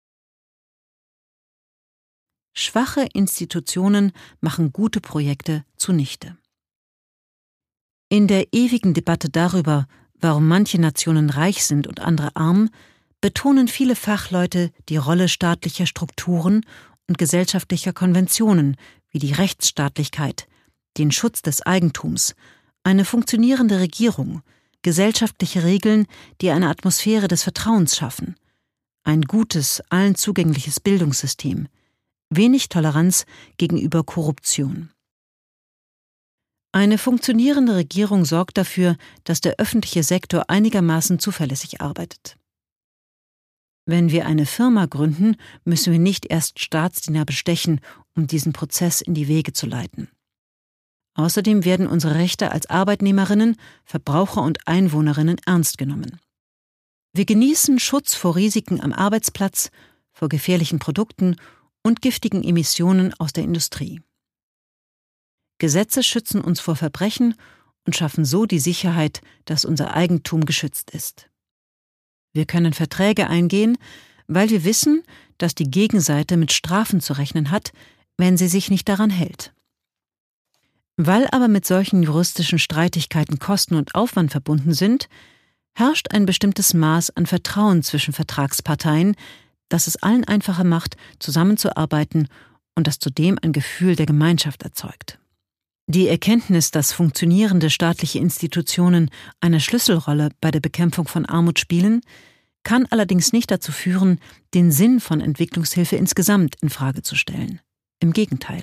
Schwache Institutionen machen gute Projekte zunichte. In der ewigen Debatte darüber, warum manche Nationen reich sind und andere arm, betonen viele Fachleute die Rolle staatlicher Strukturen und gesellschaftlicher Konventionen wie die Rechtsstaatlichkeit, den Schutz des Eigentums, eine funktionierende Regierung, gesellschaftliche Regeln, die eine Atmosphäre des Vertrauens schaffen, ein gutes, allen zugängliches Bildungssystem, wenig Toleranz gegenüber Korruption. Eine funktionierende Regierung sorgt dafür, dass der öffentliche Sektor einigermaßen zuverlässig arbeitet. Wenn wir eine Firma gründen, müssen wir nicht erst Staatsdiener bestechen, um diesen Prozess in die Wege zu leiten. Außerdem werden unsere Rechte als Arbeitnehmerinnen, Verbraucher und Einwohnerinnen ernst genommen. Wir genießen Schutz vor Risiken am Arbeitsplatz, vor gefährlichen Produkten und giftigen Emissionen aus der Industrie. Gesetze schützen uns vor Verbrechen und schaffen so die Sicherheit, dass unser Eigentum geschützt ist. Wir können Verträge eingehen, weil wir wissen, dass die Gegenseite mit Strafen zu rechnen hat, wenn sie sich nicht daran hält. Weil aber mit solchen juristischen Streitigkeiten Kosten und Aufwand verbunden sind, herrscht ein bestimmtes Maß an Vertrauen zwischen Vertragsparteien, das es allen einfacher macht, zusammenzuarbeiten und das zudem ein Gefühl der Gemeinschaft erzeugt. Die Erkenntnis, dass funktionierende staatliche Institutionen eine Schlüsselrolle bei der Bekämpfung von Armut spielen, kann allerdings nicht dazu führen, den Sinn von Entwicklungshilfe insgesamt in Frage zu stellen. Im Gegenteil.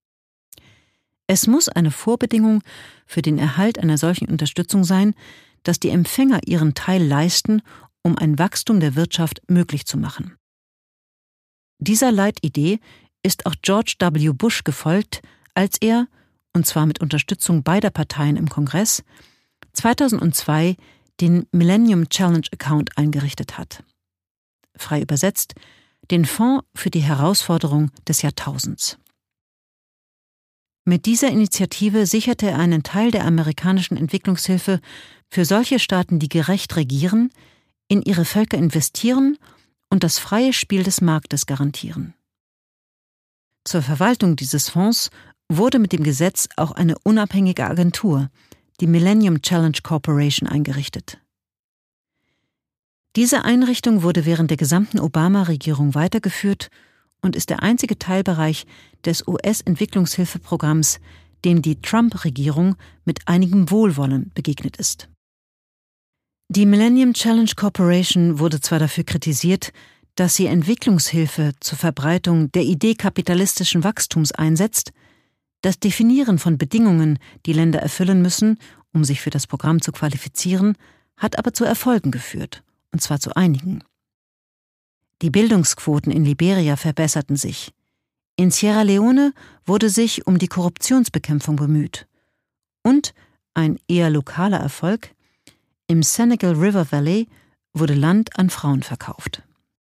Es muss eine Vorbedingung für den Erhalt einer solchen Unterstützung sein, dass die Empfänger ihren Teil leisten, um ein Wachstum der Wirtschaft möglich zu machen. Dieser Leitidee ist auch George W. Bush gefolgt, als er, und zwar mit Unterstützung beider Parteien im Kongress, zweitausendzwei den Millennium Challenge Account eingerichtet hat. Frei übersetzt, den Fonds für die Herausforderung des Jahrtausends. Mit dieser Initiative sicherte er einen Teil der amerikanischen Entwicklungshilfe für solche Staaten, die gerecht regieren, in ihre Völker investieren und das freie Spiel des Marktes garantieren. Zur Verwaltung dieses Fonds wurde mit dem Gesetz auch eine unabhängige Agentur, die Millennium Challenge Corporation, eingerichtet. Diese Einrichtung wurde während der gesamten Obama-Regierung weitergeführt und ist der einzige Teilbereich des U S-Entwicklungshilfeprogramms, dem die Trump-Regierung mit einigem Wohlwollen begegnet ist. Die Millennium Challenge Corporation wurde zwar dafür kritisiert, dass sie Entwicklungshilfe zur Verbreitung der Idee kapitalistischen Wachstums einsetzt. Das Definieren von Bedingungen, die Länder erfüllen müssen, um sich für das Programm zu qualifizieren, hat aber zu Erfolgen geführt, und zwar zu einigen. Die Bildungsquoten in Liberia verbesserten sich. In Sierra Leone wurde sich um die Korruptionsbekämpfung bemüht. Und, ein eher lokaler Erfolg, im Senegal River Valley wurde Land an Frauen verkauft.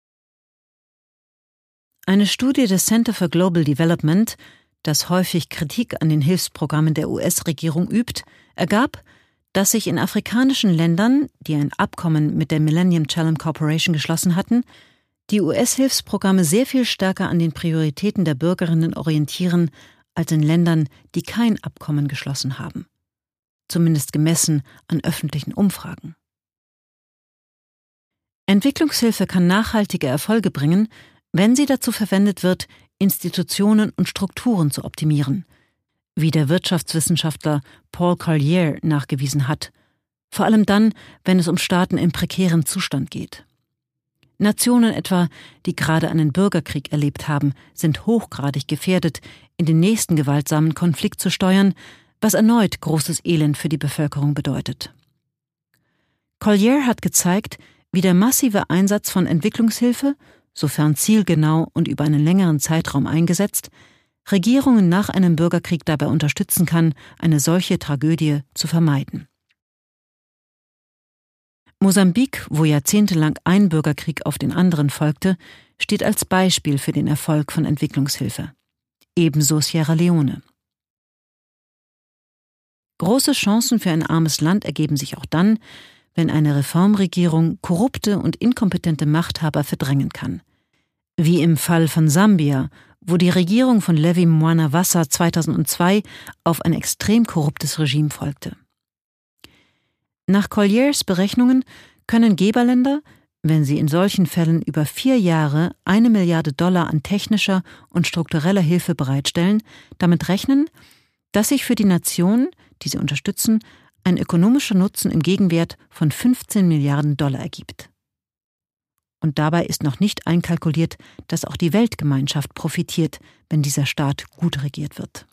Eine Studie des Center for Global Development, das häufig Kritik an den Hilfsprogrammen der U S-Regierung übt, ergab, dass sich in afrikanischen Ländern, die ein Abkommen mit der Millennium Challenge Corporation geschlossen hatten, die U S-Hilfsprogramme sehr viel stärker an den Prioritäten der Bürgerinnen orientieren als in Ländern, die kein Abkommen geschlossen haben. Zumindest gemessen an öffentlichen Umfragen. Entwicklungshilfe kann nachhaltige Erfolge bringen, wenn sie dazu verwendet wird, Institutionen und Strukturen zu optimieren, wie der Wirtschaftswissenschaftler Paul Collier nachgewiesen hat, vor allem dann, wenn es um Staaten im prekären Zustand geht. Nationen etwa, die gerade einen Bürgerkrieg erlebt haben, sind hochgradig gefährdet, in den nächsten gewaltsamen Konflikt zu steuern, was erneut großes Elend für die Bevölkerung bedeutet. Collier hat gezeigt, wie der massive Einsatz von Entwicklungshilfe, sofern zielgenau und über einen längeren Zeitraum eingesetzt, Regierungen nach einem Bürgerkrieg dabei unterstützen kann, eine solche Tragödie zu vermeiden. Mosambik, wo jahrzehntelang ein Bürgerkrieg auf den anderen folgte, steht als Beispiel für den Erfolg von Entwicklungshilfe. Ebenso Sierra Leone. Große Chancen für ein armes Land ergeben sich auch dann, wenn eine Reformregierung korrupte und inkompetente Machthaber verdrängen kann. Wie im Fall von Sambia, wo die Regierung von Levi Mwanawasa zweitausendzwei auf ein extrem korruptes Regime folgte. Nach Colliers Berechnungen können Geberländer, wenn sie in solchen Fällen über vier Jahre eine Milliarde Dollar an technischer und struktureller Hilfe bereitstellen, damit rechnen, dass sich für die Nation, die sie unterstützen, ein ökonomischer Nutzen im Gegenwert von fünfzehn Milliarden Dollar ergibt. Und dabei ist noch nicht einkalkuliert, dass auch die Weltgemeinschaft profitiert, wenn dieser Staat gut regiert wird.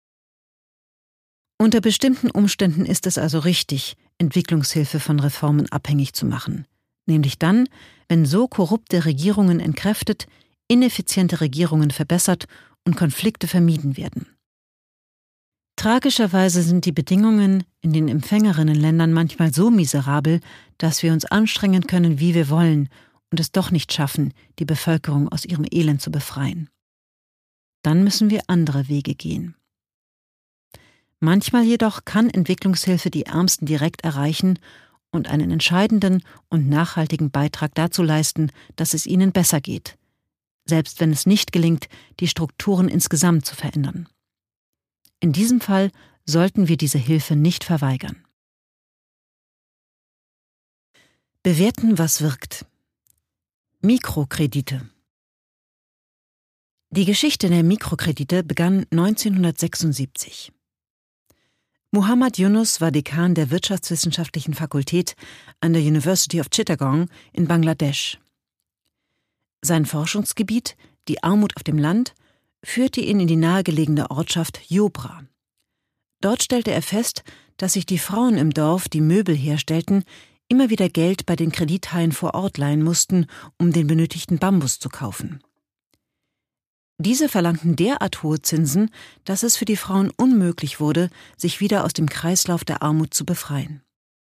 Unter bestimmten Umständen ist es also richtig, Entwicklungshilfe von Reformen abhängig zu machen, nämlich dann, wenn so korrupte Regierungen entkräftet, ineffiziente Regierungen verbessert und Konflikte vermieden werden. Tragischerweise sind die Bedingungen in den Empfängerinnenländern manchmal so miserabel, dass wir uns anstrengen können, wie wir wollen, und es doch nicht schaffen, die Bevölkerung aus ihrem Elend zu befreien. Dann müssen wir andere Wege gehen. Manchmal jedoch kann Entwicklungshilfe die Ärmsten direkt erreichen und einen entscheidenden und nachhaltigen Beitrag dazu leisten, dass es ihnen besser geht, selbst wenn es nicht gelingt, die Strukturen insgesamt zu verändern. In diesem Fall sollten wir diese Hilfe nicht verweigern. Bewerten, was wirkt. Mikrokredite. Die Geschichte der Mikrokredite begann neunzehnhundertsechsundsiebzig. Muhammad Yunus war Dekan der Wirtschaftswissenschaftlichen Fakultät an der University of Chittagong in Bangladesch. Sein Forschungsgebiet, die Armut auf dem Land, führte ihn in die nahegelegene Ortschaft Jobra. Dort stellte er fest, dass sich die Frauen im Dorf, die Möbel herstellten, immer wieder Geld bei den Kredithaien vor Ort leihen mussten, um den benötigten Bambus zu kaufen. Diese verlangten derart hohe Zinsen, dass es für die Frauen unmöglich wurde, sich wieder aus dem Kreislauf der Armut zu befreien.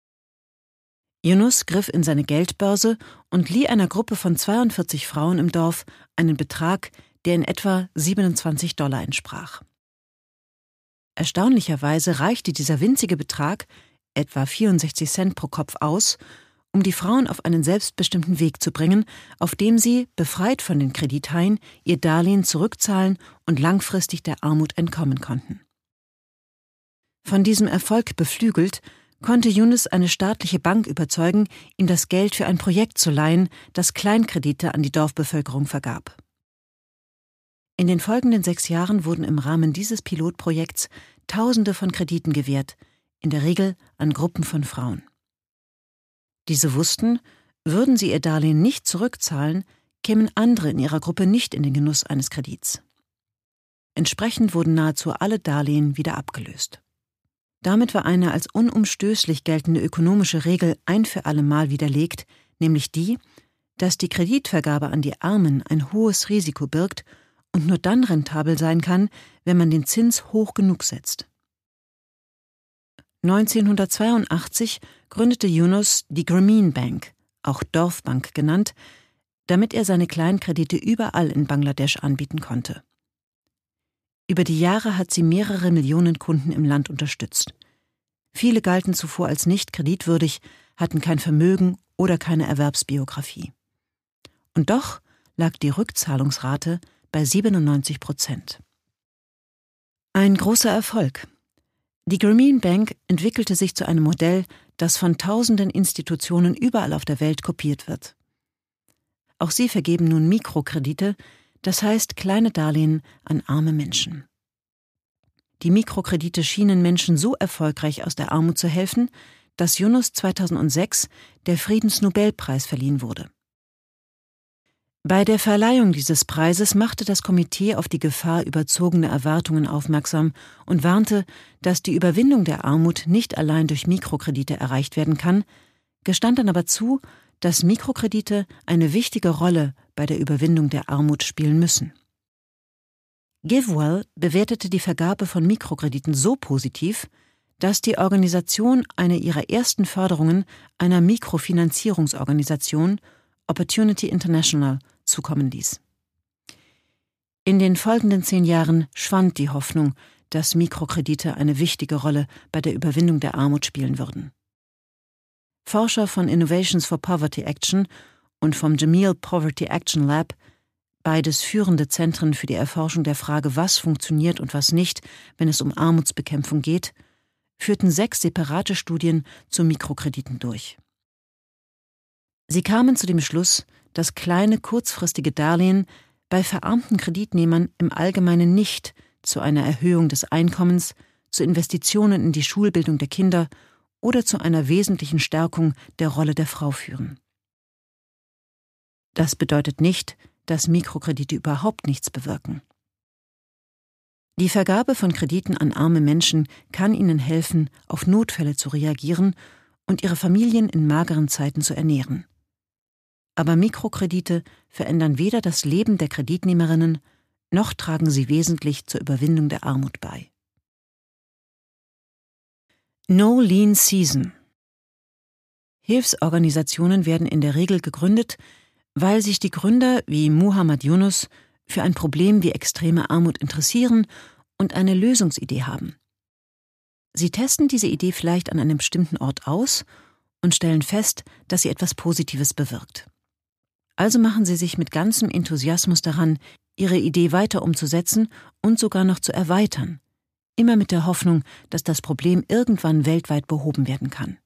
Yunus griff in seine Geldbörse und lieh einer Gruppe von zweiundvierzig Frauen im Dorf einen Betrag, der in etwa siebenundzwanzig Dollar entsprach. Erstaunlicherweise reichte dieser winzige Betrag, etwa vierundsechzig Cent pro Kopf, aus, um die Frauen auf einen selbstbestimmten Weg zu bringen, auf dem sie, befreit von den Kredithaien, ihr Darlehen zurückzahlen und langfristig der Armut entkommen konnten. Von diesem Erfolg beflügelt, konnte Yunus eine staatliche Bank überzeugen, ihm das Geld für ein Projekt zu leihen, das Kleinkredite an die Dorfbevölkerung vergab. In den folgenden sechs Jahren wurden im Rahmen dieses Pilotprojekts Tausende von Krediten gewährt, in der Regel an Gruppen von Frauen. Diese wussten, würden sie ihr Darlehen nicht zurückzahlen, kämen andere in ihrer Gruppe nicht in den Genuss eines Kredits. Entsprechend wurden nahezu alle Darlehen wieder abgelöst. Damit war eine als unumstößlich geltende ökonomische Regel ein für alle Mal widerlegt, nämlich die, dass die Kreditvergabe an die Armen ein hohes Risiko birgt und nur dann rentabel sein kann, wenn man den Zins hoch genug setzt. neunzehnhundertzweiundachtzig gründete Yunus die Grameen Bank, auch Dorfbank genannt, damit er seine Kleinkredite überall in Bangladesch anbieten konnte. Über die Jahre hat sie mehrere Millionen Kunden im Land unterstützt. Viele galten zuvor als nicht kreditwürdig, hatten kein Vermögen oder keine Erwerbsbiografie. Und doch lag die Rückzahlungsrate bei siebenundneunzig Prozent. Ein großer Erfolg. Die Grameen Bank entwickelte sich zu einem Modell, das von tausenden Institutionen überall auf der Welt kopiert wird. Auch sie vergeben nun Mikrokredite, das heißt kleine Darlehen an arme Menschen. Die Mikrokredite schienen Menschen so erfolgreich aus der Armut zu helfen, dass Yunus zweitausendsechs der Friedensnobelpreis verliehen wurde. Bei der Verleihung dieses Preises machte das Komitee auf die Gefahr überzogener Erwartungen aufmerksam und warnte, dass die Überwindung der Armut nicht allein durch Mikrokredite erreicht werden kann, gestand dann aber zu, dass Mikrokredite eine wichtige Rolle bei der Überwindung der Armut spielen müssen. GiveWell bewertete die Vergabe von Mikrokrediten so positiv, dass die Organisation eine ihrer ersten Förderungen einer Mikrofinanzierungsorganisation, Opportunity International, zukommen ließ. In den folgenden zehn Jahren schwand die Hoffnung, dass Mikrokredite eine wichtige Rolle bei der Überwindung der Armut spielen würden. Forscher von Innovations for Poverty Action und vom Jameel Poverty Action Lab, beides führende Zentren für die Erforschung der Frage, was funktioniert und was nicht, wenn es um Armutsbekämpfung geht, führten sechs separate Studien zu Mikrokrediten durch. Sie kamen zu dem Schluss, dass kleine, kurzfristige Darlehen bei verarmten Kreditnehmern im Allgemeinen nicht zu einer Erhöhung des Einkommens, zu Investitionen in die Schulbildung der Kinder oder zu einer wesentlichen Stärkung der Rolle der Frau führen. Das bedeutet nicht, dass Mikrokredite überhaupt nichts bewirken. Die Vergabe von Krediten an arme Menschen kann ihnen helfen, auf Notfälle zu reagieren und ihre Familien in mageren Zeiten zu ernähren. Aber Mikrokredite verändern weder das Leben der Kreditnehmerinnen, noch tragen sie wesentlich zur Überwindung der Armut bei. No Lean Season. Hilfsorganisationen werden in der Regel gegründet, weil sich die Gründer wie Muhammad Yunus für ein Problem wie extreme Armut interessieren und eine Lösungsidee haben. Sie testen diese Idee vielleicht an einem bestimmten Ort aus und stellen fest, dass sie etwas Positives bewirkt. Also machen sie sich mit ganzem Enthusiasmus daran, ihre Idee weiter umzusetzen und sogar noch zu erweitern, immer mit der Hoffnung, dass das Problem irgendwann weltweit behoben werden kann.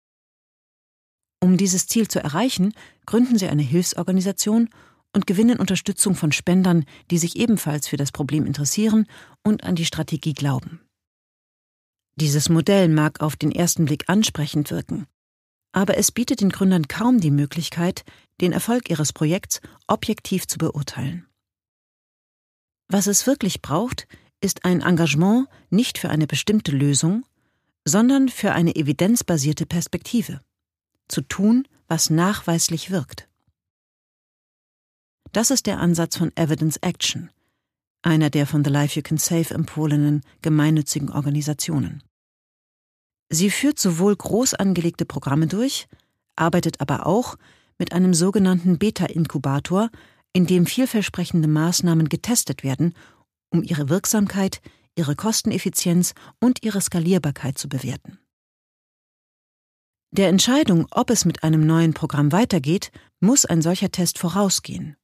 Um dieses Ziel zu erreichen, gründen sie eine Hilfsorganisation und gewinnen Unterstützung von Spendern, die sich ebenfalls für das Problem interessieren und an die Strategie glauben. Dieses Modell mag auf den ersten Blick ansprechend wirken, aber es bietet den Gründern kaum die Möglichkeit, den Erfolg ihres Projekts objektiv zu beurteilen. Was es wirklich braucht, ist ein Engagement nicht für eine bestimmte Lösung, sondern für eine evidenzbasierte Perspektive. Zu tun, was nachweislich wirkt. Das ist der Ansatz von Evidence Action, einer der von The Life You Can Save empfohlenen gemeinnützigen Organisationen. Sie führt sowohl groß angelegte Programme durch, arbeitet aber auch mit einem sogenannten Beta-Inkubator, in dem vielversprechende Maßnahmen getestet werden, um ihre Wirksamkeit, ihre Kosteneffizienz und ihre Skalierbarkeit zu bewerten. Der Entscheidung, ob es mit einem neuen Programm weitergeht, muss ein solcher Test vorausgehen.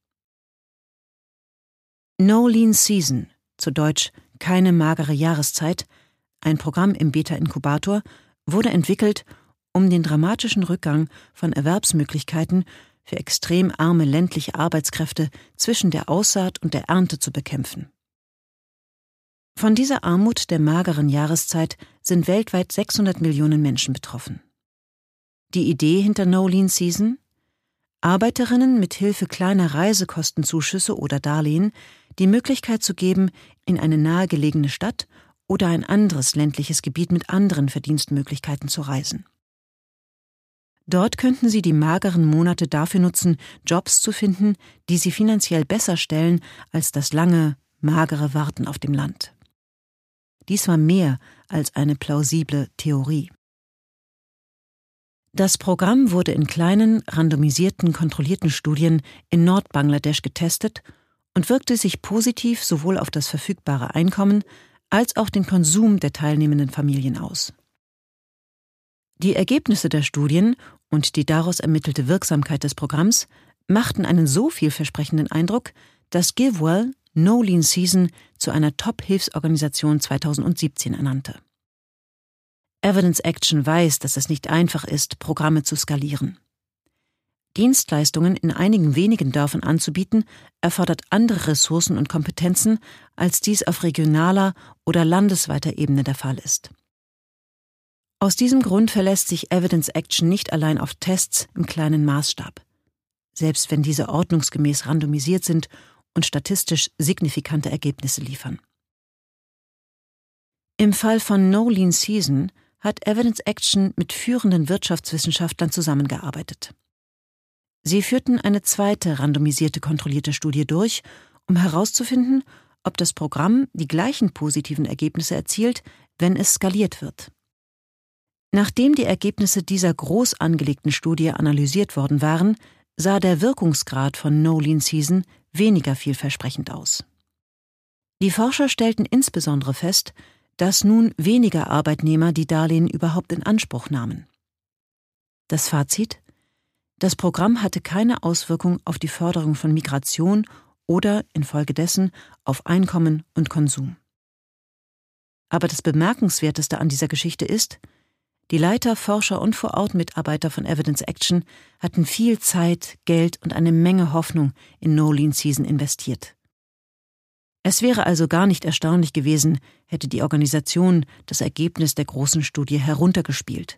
No Lean Season, zu Deutsch keine magere Jahreszeit, ein Programm im Beta-Inkubator, wurde entwickelt, um den dramatischen Rückgang von Erwerbsmöglichkeiten für extrem arme ländliche Arbeitskräfte zwischen der Aussaat und der Ernte zu bekämpfen. Von dieser Armut der mageren Jahreszeit sind weltweit sechshundert Millionen Menschen betroffen. Die Idee hinter No Lean Season? Arbeiterinnen mit Hilfe kleiner Reisekostenzuschüsse oder Darlehen die Möglichkeit zu geben, in eine nahegelegene Stadt oder ein anderes ländliches Gebiet mit anderen Verdienstmöglichkeiten zu reisen. Dort könnten sie die mageren Monate dafür nutzen, Jobs zu finden, die sie finanziell besser stellen als das lange, magere Warten auf dem Land. Dies war mehr als eine plausible Theorie. Das Programm wurde in kleinen, randomisierten, kontrollierten Studien in Nordbangladesch getestet und wirkte sich positiv sowohl auf das verfügbare Einkommen als auch den Konsum der teilnehmenden Familien aus. Die Ergebnisse der Studien und die daraus ermittelte Wirksamkeit des Programms machten einen so vielversprechenden Eindruck, dass GiveWell No Lean Season zu einer Top-Hilfsorganisation zweitausendsiebzehn ernannte. Evidence Action weiß, dass es nicht einfach ist, Programme zu skalieren. Dienstleistungen in einigen wenigen Dörfern anzubieten, erfordert andere Ressourcen und Kompetenzen, als dies auf regionaler oder landesweiter Ebene der Fall ist. Aus diesem Grund verlässt sich Evidence Action nicht allein auf Tests im kleinen Maßstab, selbst wenn diese ordnungsgemäß randomisiert sind und statistisch signifikante Ergebnisse liefern. Im Fall von No Lean Season hat Evidence Action mit führenden Wirtschaftswissenschaftlern zusammengearbeitet. Sie führten eine zweite randomisierte kontrollierte Studie durch, um herauszufinden, ob das Programm die gleichen positiven Ergebnisse erzielt, wenn es skaliert wird. Nachdem die Ergebnisse dieser groß angelegten Studie analysiert worden waren, sah der Wirkungsgrad von No Lean Season weniger vielversprechend aus. Die Forscher stellten insbesondere fest, dass nun weniger Arbeitnehmer die Darlehen überhaupt in Anspruch nahmen. Das Fazit? Das Programm hatte keine Auswirkung auf die Förderung von Migration oder infolgedessen auf Einkommen und Konsum. Aber das Bemerkenswerteste an dieser Geschichte ist, die Leiter, Forscher und Vor-Ort-Mitarbeiter von Evidence Action hatten viel Zeit, Geld und eine Menge Hoffnung in No Lean Season investiert. Es wäre also gar nicht erstaunlich gewesen, hätte die Organisation das Ergebnis der großen Studie heruntergespielt,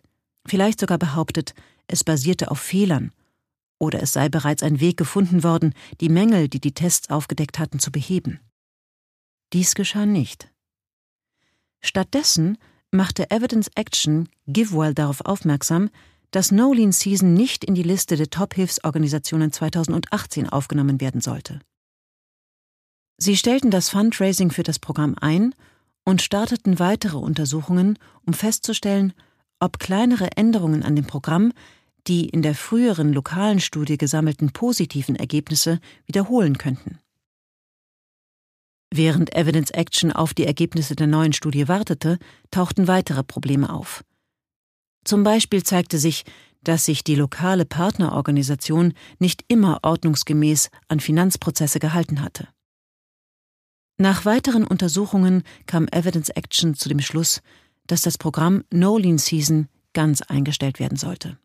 vielleicht sogar behauptet, es basierte auf Fehlern oder es sei bereits ein Weg gefunden worden, die Mängel, die die Tests aufgedeckt hatten, zu beheben. Dies geschah nicht. Stattdessen machte Evidence Action GiveWell darauf aufmerksam, dass No Lean Season nicht in die Liste der Top-Hilfsorganisationen zweitausendachtzehn aufgenommen werden sollte. Sie stellten das Fundraising für das Programm ein und starteten weitere Untersuchungen, um festzustellen, ob kleinere Änderungen an dem Programm die in der früheren lokalen Studie gesammelten positiven Ergebnisse wiederholen könnten. Während Evidence Action auf die Ergebnisse der neuen Studie wartete, tauchten weitere Probleme auf. Zum Beispiel zeigte sich, dass sich die lokale Partnerorganisation nicht immer ordnungsgemäß an Finanzprozesse gehalten hatte. Nach weiteren Untersuchungen kam Evidence Action zu dem Schluss, dass das Programm No Lean Season ganz eingestellt werden sollte.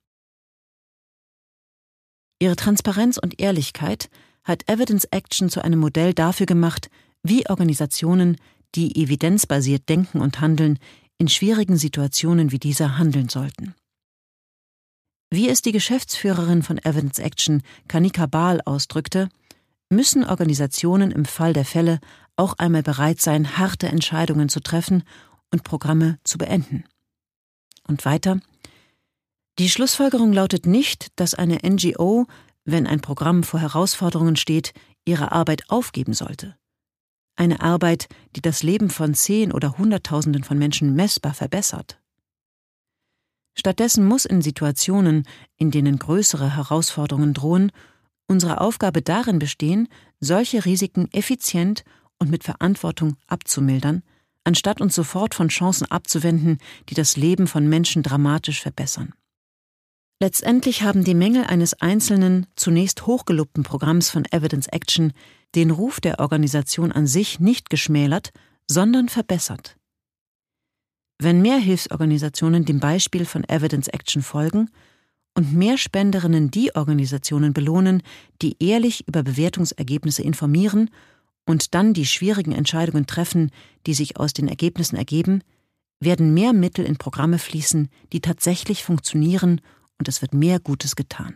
Ihre Transparenz und Ehrlichkeit hat Evidence Action zu einem Modell dafür gemacht, wie Organisationen, die evidenzbasiert denken und handeln, in schwierigen Situationen wie dieser handeln sollten. Wie es die Geschäftsführerin von Evidence Action, Kanika Bahl, ausdrückte, müssen Organisationen im Fall der Fälle auch einmal bereit sein, harte Entscheidungen zu treffen und Programme zu beenden. Und weiter: Die Schlussfolgerung lautet nicht, dass eine N G O, wenn ein Programm vor Herausforderungen steht, ihre Arbeit aufgeben sollte. Eine Arbeit, die das Leben von Zehn- oder Hunderttausenden von Menschen messbar verbessert. Stattdessen muss in Situationen, in denen größere Herausforderungen drohen, unsere Aufgabe darin bestehen, solche Risiken effizient und mit Verantwortung abzumildern, anstatt uns sofort von Chancen abzuwenden, die das Leben von Menschen dramatisch verbessern. Letztendlich haben die Mängel eines einzelnen, zunächst hochgelobten Programms von Evidence Action den Ruf der Organisation an sich nicht geschmälert, sondern verbessert. Wenn mehr Hilfsorganisationen dem Beispiel von Evidence Action folgen und mehr Spenderinnen die Organisationen belohnen, die ehrlich über Bewertungsergebnisse informieren und dann die schwierigen Entscheidungen treffen, die sich aus den Ergebnissen ergeben, werden mehr Mittel in Programme fließen, die tatsächlich funktionieren, und es wird mehr Gutes getan.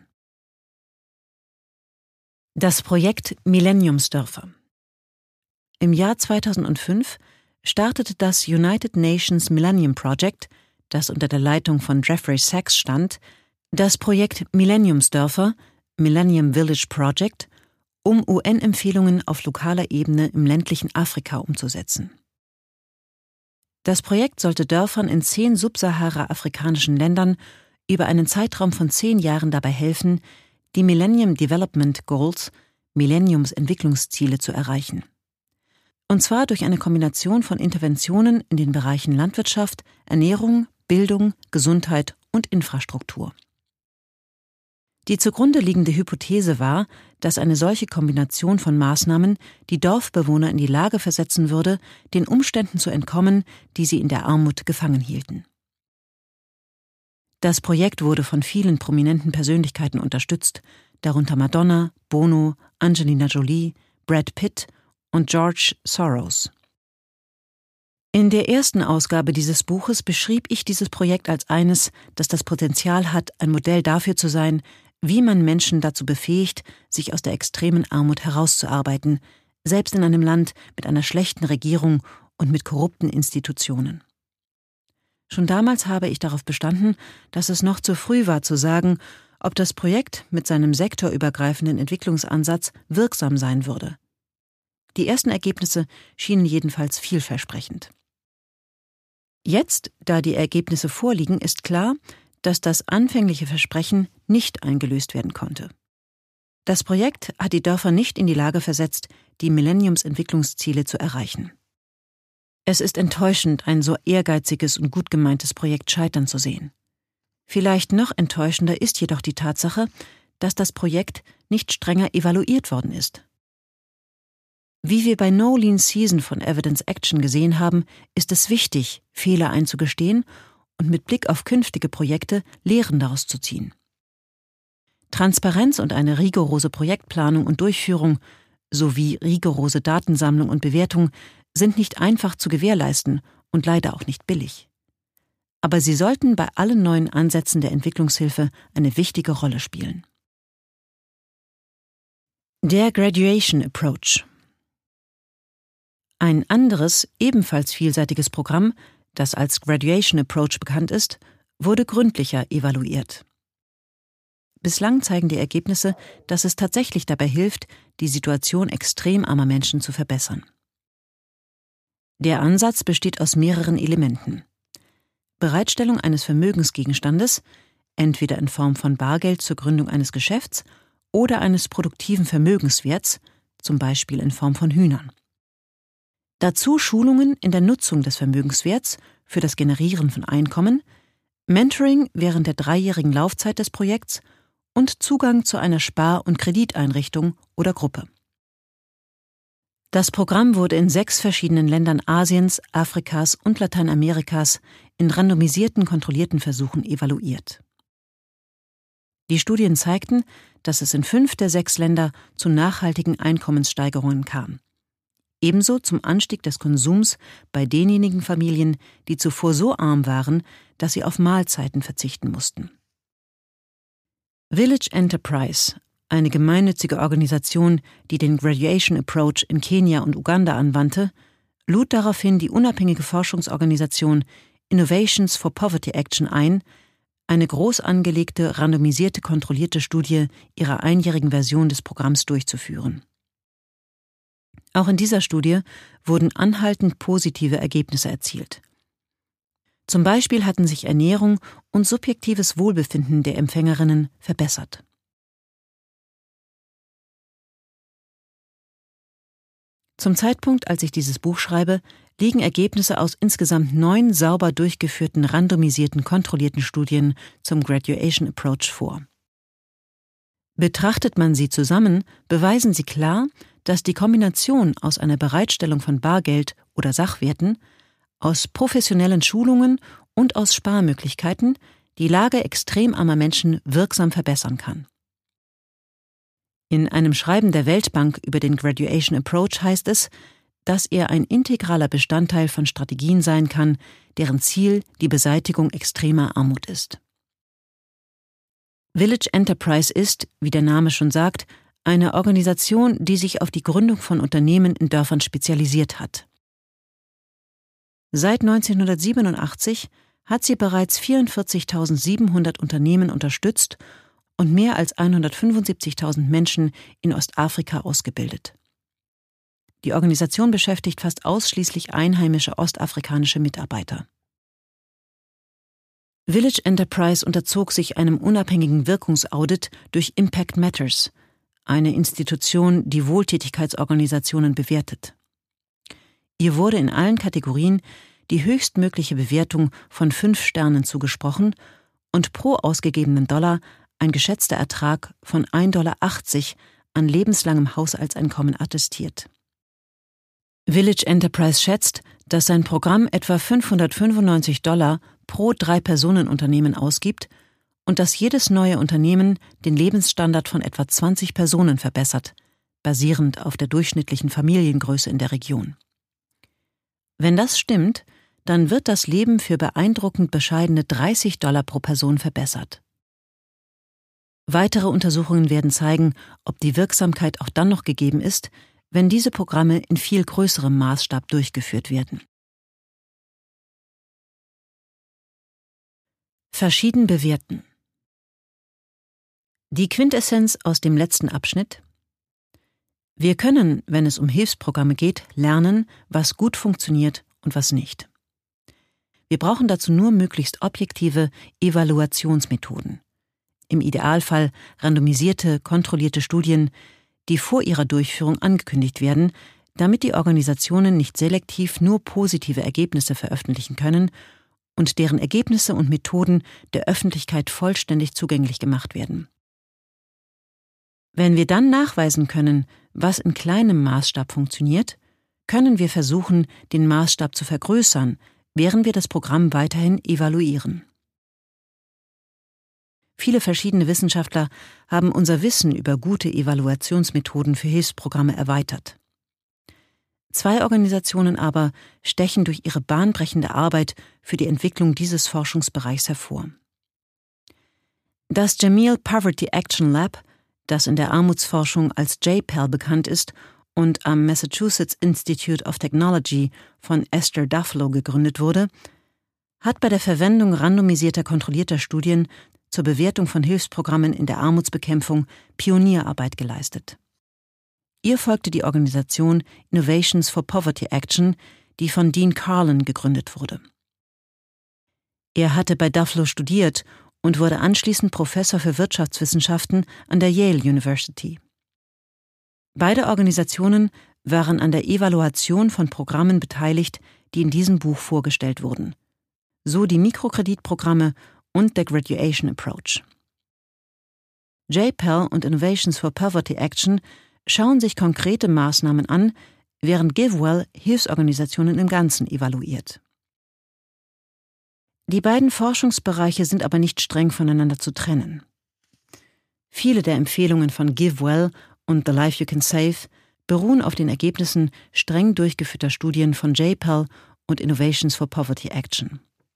Das Projekt Millenniumsdörfer. Im Jahr zweitausendfünf startete das United Nations Millennium Project, das unter der Leitung von Jeffrey Sachs stand, das Projekt Millenniumsdörfer, Millennium Village Project, um U N-Empfehlungen auf lokaler Ebene im ländlichen Afrika umzusetzen. Das Projekt sollte Dörfern in zehn subsahara-afrikanischen Ländern über einen Zeitraum von zehn Jahren dabei helfen, die Millennium Development Goals, Millenniumsentwicklungsziele, zu erreichen. Und zwar durch eine Kombination von Interventionen in den Bereichen Landwirtschaft, Ernährung, Bildung, Gesundheit und Infrastruktur. Die zugrunde liegende Hypothese war, dass eine solche Kombination von Maßnahmen die Dorfbewohner in die Lage versetzen würde, den Umständen zu entkommen, die sie in der Armut gefangen hielten. Das Projekt wurde von vielen prominenten Persönlichkeiten unterstützt, darunter Madonna, Bono, Angelina Jolie, Brad Pitt und George Soros. In der ersten Ausgabe dieses Buches beschrieb ich dieses Projekt als eines, das das Potenzial hat, ein Modell dafür zu sein, wie man Menschen dazu befähigt, sich aus der extremen Armut herauszuarbeiten, selbst in einem Land mit einer schlechten Regierung und mit korrupten Institutionen. Schon damals habe ich darauf bestanden, dass es noch zu früh war zu sagen, ob das Projekt mit seinem sektorübergreifenden Entwicklungsansatz wirksam sein würde. Die ersten Ergebnisse schienen jedenfalls vielversprechend. Jetzt, da die Ergebnisse vorliegen, ist klar, dass das anfängliche Versprechen nicht eingelöst werden konnte. Das Projekt hat die Dörfer nicht in die Lage versetzt, die Millenniumsentwicklungsziele zu erreichen. Es ist enttäuschend, ein so ehrgeiziges und gut gemeintes Projekt scheitern zu sehen. Vielleicht noch enttäuschender ist jedoch die Tatsache, dass das Projekt nicht strenger evaluiert worden ist. Wie wir bei No Lean Season von Evidence Action gesehen haben, ist es wichtig, Fehler einzugestehen und mit Blick auf künftige Projekte Lehren daraus zu ziehen. Transparenz und eine rigorose Projektplanung und Durchführung sowie rigorose Datensammlung und Bewertung sind nicht einfach zu gewährleisten und leider auch nicht billig. aber sie sollten bei allen neuen Ansätzen der Entwicklungshilfe eine wichtige Rolle spielen. Der Graduation Approach. Ein anderes, ebenfalls vielseitiges Programm, das als Graduation Approach bekannt ist, wurde gründlicher evaluiert. Bislang zeigen die Ergebnisse, dass es tatsächlich dabei hilft, die Situation extrem armer Menschen zu verbessern. Der Ansatz besteht aus mehreren Elementen. Bereitstellung eines Vermögensgegenstandes, entweder in Form von Bargeld zur Gründung eines Geschäfts oder eines produktiven Vermögenswerts, zum Beispiel in Form von Hühnern. Dazu Schulungen in der Nutzung des Vermögenswerts für das Generieren von Einkommen, Mentoring während der dreijährigen Laufzeit des Projekts und Zugang zu einer Spar- und Krediteinrichtung oder Gruppe. Das Programm wurde in sechs verschiedenen Ländern Asiens, Afrikas und Lateinamerikas in randomisierten, kontrollierten Versuchen evaluiert. Die Studien zeigten, dass es in fünf der sechs Länder zu nachhaltigen Einkommenssteigerungen kam. Ebenso zum Anstieg des Konsums bei denjenigen Familien, die zuvor so arm waren, dass sie auf Mahlzeiten verzichten mussten. Village Enterprise, eine gemeinnützige Organisation, die den Graduation Approach in Kenia und Uganda anwandte, lud daraufhin die unabhängige Forschungsorganisation Innovations for Poverty Action ein, eine groß angelegte, randomisierte, kontrollierte Studie ihrer einjährigen Version des Programms durchzuführen. Auch in dieser Studie wurden anhaltend positive Ergebnisse erzielt. Zum Beispiel hatten sich Ernährung und subjektives Wohlbefinden der Empfängerinnen verbessert. Zum Zeitpunkt, als ich dieses Buch schreibe, liegen Ergebnisse aus insgesamt neun sauber durchgeführten, randomisierten, kontrollierten Studien zum Graduation Approach vor. Betrachtet man sie zusammen, beweisen sie klar, dass die Kombination aus einer Bereitstellung von Bargeld oder Sachwerten, aus professionellen Schulungen und aus Sparmöglichkeiten die Lage extrem armer Menschen wirksam verbessern kann. In einem Schreiben der Weltbank über den Graduation Approach heißt es, dass er ein integraler Bestandteil von Strategien sein kann, deren Ziel die Beseitigung extremer Armut ist. Village Enterprise ist, wie der Name schon sagt, eine Organisation, die sich auf die Gründung von Unternehmen in Dörfern spezialisiert hat. Seit neunzehnhundertsiebenundachtzig hat sie bereits vierundvierzigtausendsiebenhundert Unternehmen unterstützt und mehr als hundertfünfundsiebzigtausend Menschen in Ostafrika ausgebildet. Die Organisation beschäftigt fast ausschließlich einheimische ostafrikanische Mitarbeiter. Village Enterprise unterzog sich einem unabhängigen Wirkungsaudit durch Impact Matters, eine Institution, die Wohltätigkeitsorganisationen bewertet. Ihr wurde in allen Kategorien die höchstmögliche Bewertung von fünf Sternen zugesprochen und pro ausgegebenen Dollar ein geschätzter Ertrag von ein Komma achtzig Dollar an lebenslangem Haushaltseinkommen attestiert. Village Enterprise schätzt, dass sein Programm etwa fünfhundertfünfundneunzig Dollar pro Drei-Personen-Unternehmen ausgibt und dass jedes neue Unternehmen den Lebensstandard von etwa zwanzig Personen verbessert, basierend auf der durchschnittlichen Familiengröße in der Region. Wenn das stimmt, dann wird das Leben für beeindruckend bescheidene dreißig Dollar pro Person verbessert. Weitere Untersuchungen werden zeigen, ob die Wirksamkeit auch dann noch gegeben ist, wenn diese Programme in viel größerem Maßstab durchgeführt werden. Verschieden bewerten. Die Quintessenz aus dem letzten Abschnitt: Wir können, wenn es um Hilfsprogramme geht, lernen, was gut funktioniert und was nicht. Wir brauchen dazu nur möglichst objektive Evaluationsmethoden. Im Idealfall randomisierte, kontrollierte Studien, die vor ihrer Durchführung angekündigt werden, damit die Organisationen nicht selektiv nur positive Ergebnisse veröffentlichen können und deren Ergebnisse und Methoden der Öffentlichkeit vollständig zugänglich gemacht werden. Wenn wir dann nachweisen können, was in kleinem Maßstab funktioniert, können wir versuchen, den Maßstab zu vergrößern, während wir das Programm weiterhin evaluieren. Viele verschiedene Wissenschaftler haben unser Wissen über gute Evaluationsmethoden für Hilfsprogramme erweitert. Zwei Organisationen aber stechen durch ihre bahnbrechende Arbeit für die Entwicklung dieses Forschungsbereichs hervor. Das Jameel Poverty Action Lab, das in der Armutsforschung als J P A L bekannt ist und am Massachusetts Institute of Technology von Esther Duflo gegründet wurde, hat bei der Verwendung randomisierter kontrollierter Studien zur Bewertung von Hilfsprogrammen in der Armutsbekämpfung Pionierarbeit geleistet. Ihr folgte die Organisation Innovations for Poverty Action, die von Dean Carlin gegründet wurde. Er hatte bei Duflo studiert und wurde anschließend Professor für Wirtschaftswissenschaften an der Yale University. Beide Organisationen waren an der Evaluation von Programmen beteiligt, die in diesem Buch vorgestellt wurden, so die Mikrokreditprogramme und der Graduation Approach. J P A L und Innovations for Poverty Action schauen sich konkrete Maßnahmen an, während GiveWell Hilfsorganisationen im Ganzen evaluiert. Die beiden Forschungsbereiche sind aber nicht streng voneinander zu trennen. Viele der Empfehlungen von GiveWell und The Life You Can Save beruhen auf den Ergebnissen streng durchgeführter Studien von J P A L und Innovations for Poverty Action.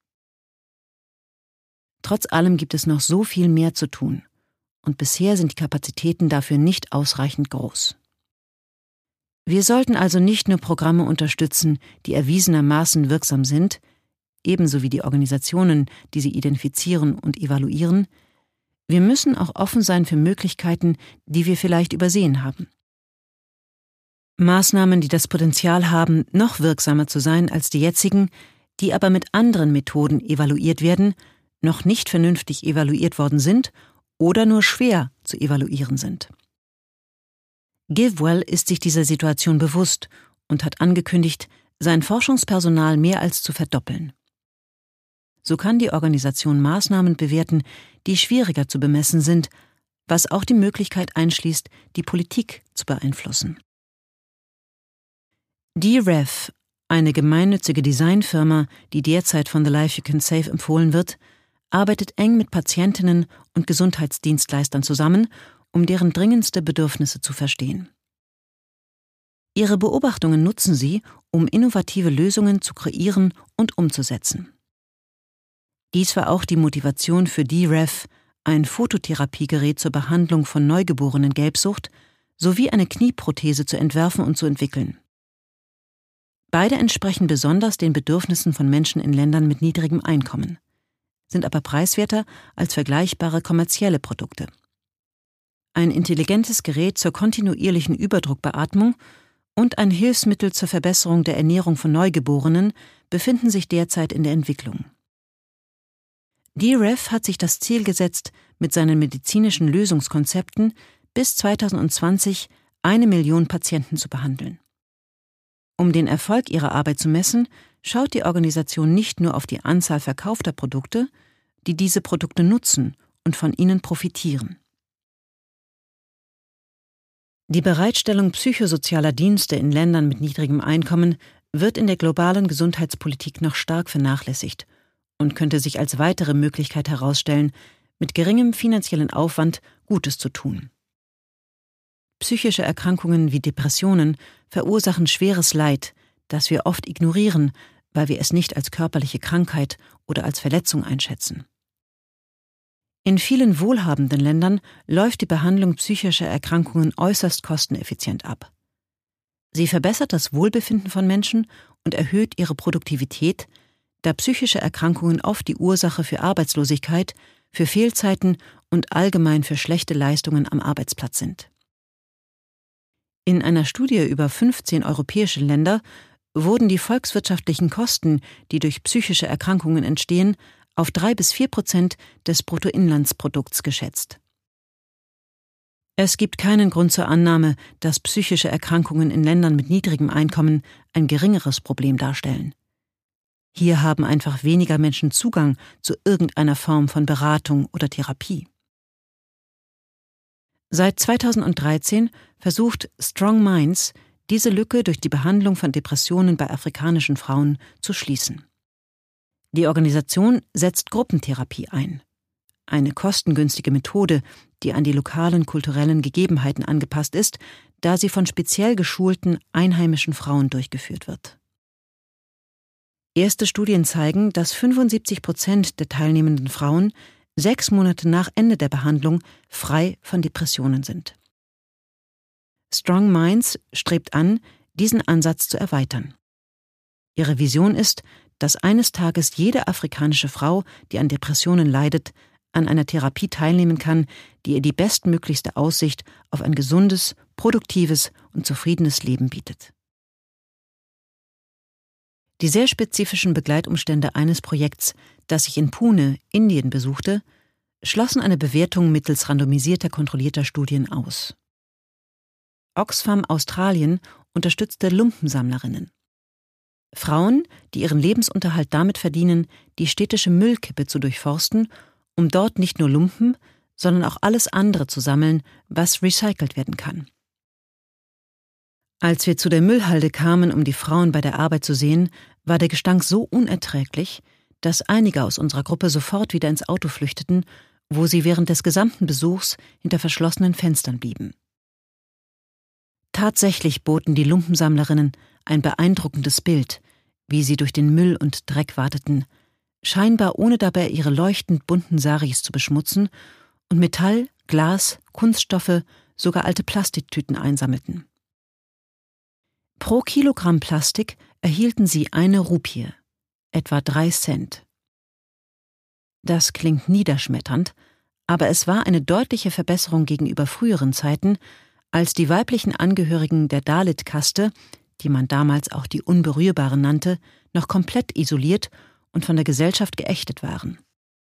Trotz allem gibt es noch so viel mehr zu tun, und bisher sind die Kapazitäten dafür nicht ausreichend groß. Wir sollten also nicht nur Programme unterstützen, die erwiesenermaßen wirksam sind, ebenso wie die Organisationen, die sie identifizieren und evaluieren. Wir müssen auch offen sein für Möglichkeiten, die wir vielleicht übersehen haben. Maßnahmen, die das Potenzial haben, noch wirksamer zu sein als die jetzigen, die aber mit anderen Methoden evaluiert werden, noch nicht vernünftig evaluiert worden sind oder nur schwer zu evaluieren sind. GiveWell ist sich dieser Situation bewusst und hat angekündigt, sein Forschungspersonal mehr als zu verdoppeln. So kann die Organisation Maßnahmen bewerten, die schwieriger zu bemessen sind, was auch die Möglichkeit einschließt, die Politik zu beeinflussen. D R E F, eine gemeinnützige Designfirma, die derzeit von The Life You Can Save empfohlen wird, arbeitet eng mit Patientinnen und Gesundheitsdienstleistern zusammen, um deren dringendste Bedürfnisse zu verstehen. Ihre Beobachtungen nutzen sie, um innovative Lösungen zu kreieren und umzusetzen. Dies war auch die Motivation für D R E F, ein Phototherapiegerät zur Behandlung von neugeborenen Gelbsucht sowie eine Knieprothese zu entwerfen und zu entwickeln. Beide entsprechen besonders den Bedürfnissen von Menschen in Ländern mit niedrigem Einkommen, sind aber preiswerter als vergleichbare kommerzielle Produkte. Ein intelligentes Gerät zur kontinuierlichen Überdruckbeatmung und ein Hilfsmittel zur Verbesserung der Ernährung von Neugeborenen befinden sich derzeit in der Entwicklung. D R E F hat sich das Ziel gesetzt, mit seinen medizinischen Lösungskonzepten bis zweitausendzwanzig eine Million Patienten zu behandeln. Um den Erfolg ihrer Arbeit zu messen, schaut die Organisation nicht nur auf die Anzahl verkaufter Produkte, die diese Produkte nutzen und von ihnen profitieren. Die Bereitstellung psychosozialer Dienste in Ländern mit niedrigem Einkommen wird in der globalen Gesundheitspolitik noch stark vernachlässigt und könnte sich als weitere Möglichkeit herausstellen, mit geringem finanziellen Aufwand Gutes zu tun. Psychische Erkrankungen wie Depressionen verursachen schweres Leid, das wir oft ignorieren, weil wir es nicht als körperliche Krankheit oder als Verletzung einschätzen. In vielen wohlhabenden Ländern läuft die Behandlung psychischer Erkrankungen äußerst kosteneffizient ab. Sie verbessert das Wohlbefinden von Menschen und erhöht ihre Produktivität, da psychische Erkrankungen oft die Ursache für Arbeitslosigkeit, für Fehlzeiten und allgemein für schlechte Leistungen am Arbeitsplatz sind. In einer Studie über fünfzehn europäische Länder wurden die volkswirtschaftlichen Kosten, die durch psychische Erkrankungen entstehen, auf drei bis vier Prozent des Bruttoinlandsprodukts geschätzt. Es gibt keinen Grund zur Annahme, dass psychische Erkrankungen in Ländern mit niedrigem Einkommen ein geringeres Problem darstellen. Hier haben einfach weniger Menschen Zugang zu irgendeiner Form von Beratung oder Therapie. Seit zweitausenddreizehn versucht Strong Minds, diese Lücke durch die Behandlung von Depressionen bei afrikanischen Frauen zu schließen. Die Organisation setzt Gruppentherapie ein. Eine kostengünstige Methode, die an die lokalen kulturellen Gegebenheiten angepasst ist, da sie von speziell geschulten einheimischen Frauen durchgeführt wird. Erste Studien zeigen, dass fünfundsiebzig Prozent der teilnehmenden Frauen sechs Monate nach Ende der Behandlung frei von Depressionen sind. Strong Minds strebt an, diesen Ansatz zu erweitern. Ihre Vision ist, dass eines Tages jede afrikanische Frau, die an Depressionen leidet, an einer Therapie teilnehmen kann, die ihr die bestmöglichste Aussicht auf ein gesundes, produktives und zufriedenes Leben bietet. Die sehr spezifischen Begleitumstände eines Projekts, das ich in Pune, Indien besuchte, schlossen eine Bewertung mittels randomisierter kontrollierter Studien aus. Oxfam Australien unterstützte Lumpensammlerinnen. Frauen, die ihren Lebensunterhalt damit verdienen, die städtische Müllkippe zu durchforsten, um dort nicht nur Lumpen, sondern auch alles andere zu sammeln, was recycelt werden kann. Als wir zu der Müllhalde kamen, um die Frauen bei der Arbeit zu sehen, war der Gestank so unerträglich, dass einige aus unserer Gruppe sofort wieder ins Auto flüchteten, wo sie während des gesamten Besuchs hinter verschlossenen Fenstern blieben. Tatsächlich boten die Lumpensammlerinnen ein beeindruckendes Bild, wie sie durch den Müll und Dreck wateten, scheinbar ohne dabei ihre leuchtend bunten Saris zu beschmutzen und Metall, Glas, Kunststoffe, sogar alte Plastiktüten einsammelten. Pro Kilogramm Plastik erhielten sie eine Rupie, etwa drei Cent. Das klingt niederschmetternd, aber es war eine deutliche Verbesserung gegenüber früheren Zeiten, als die weiblichen Angehörigen der Dalit-Kaste, die man damals auch die Unberührbaren nannte, noch komplett isoliert und von der Gesellschaft geächtet waren.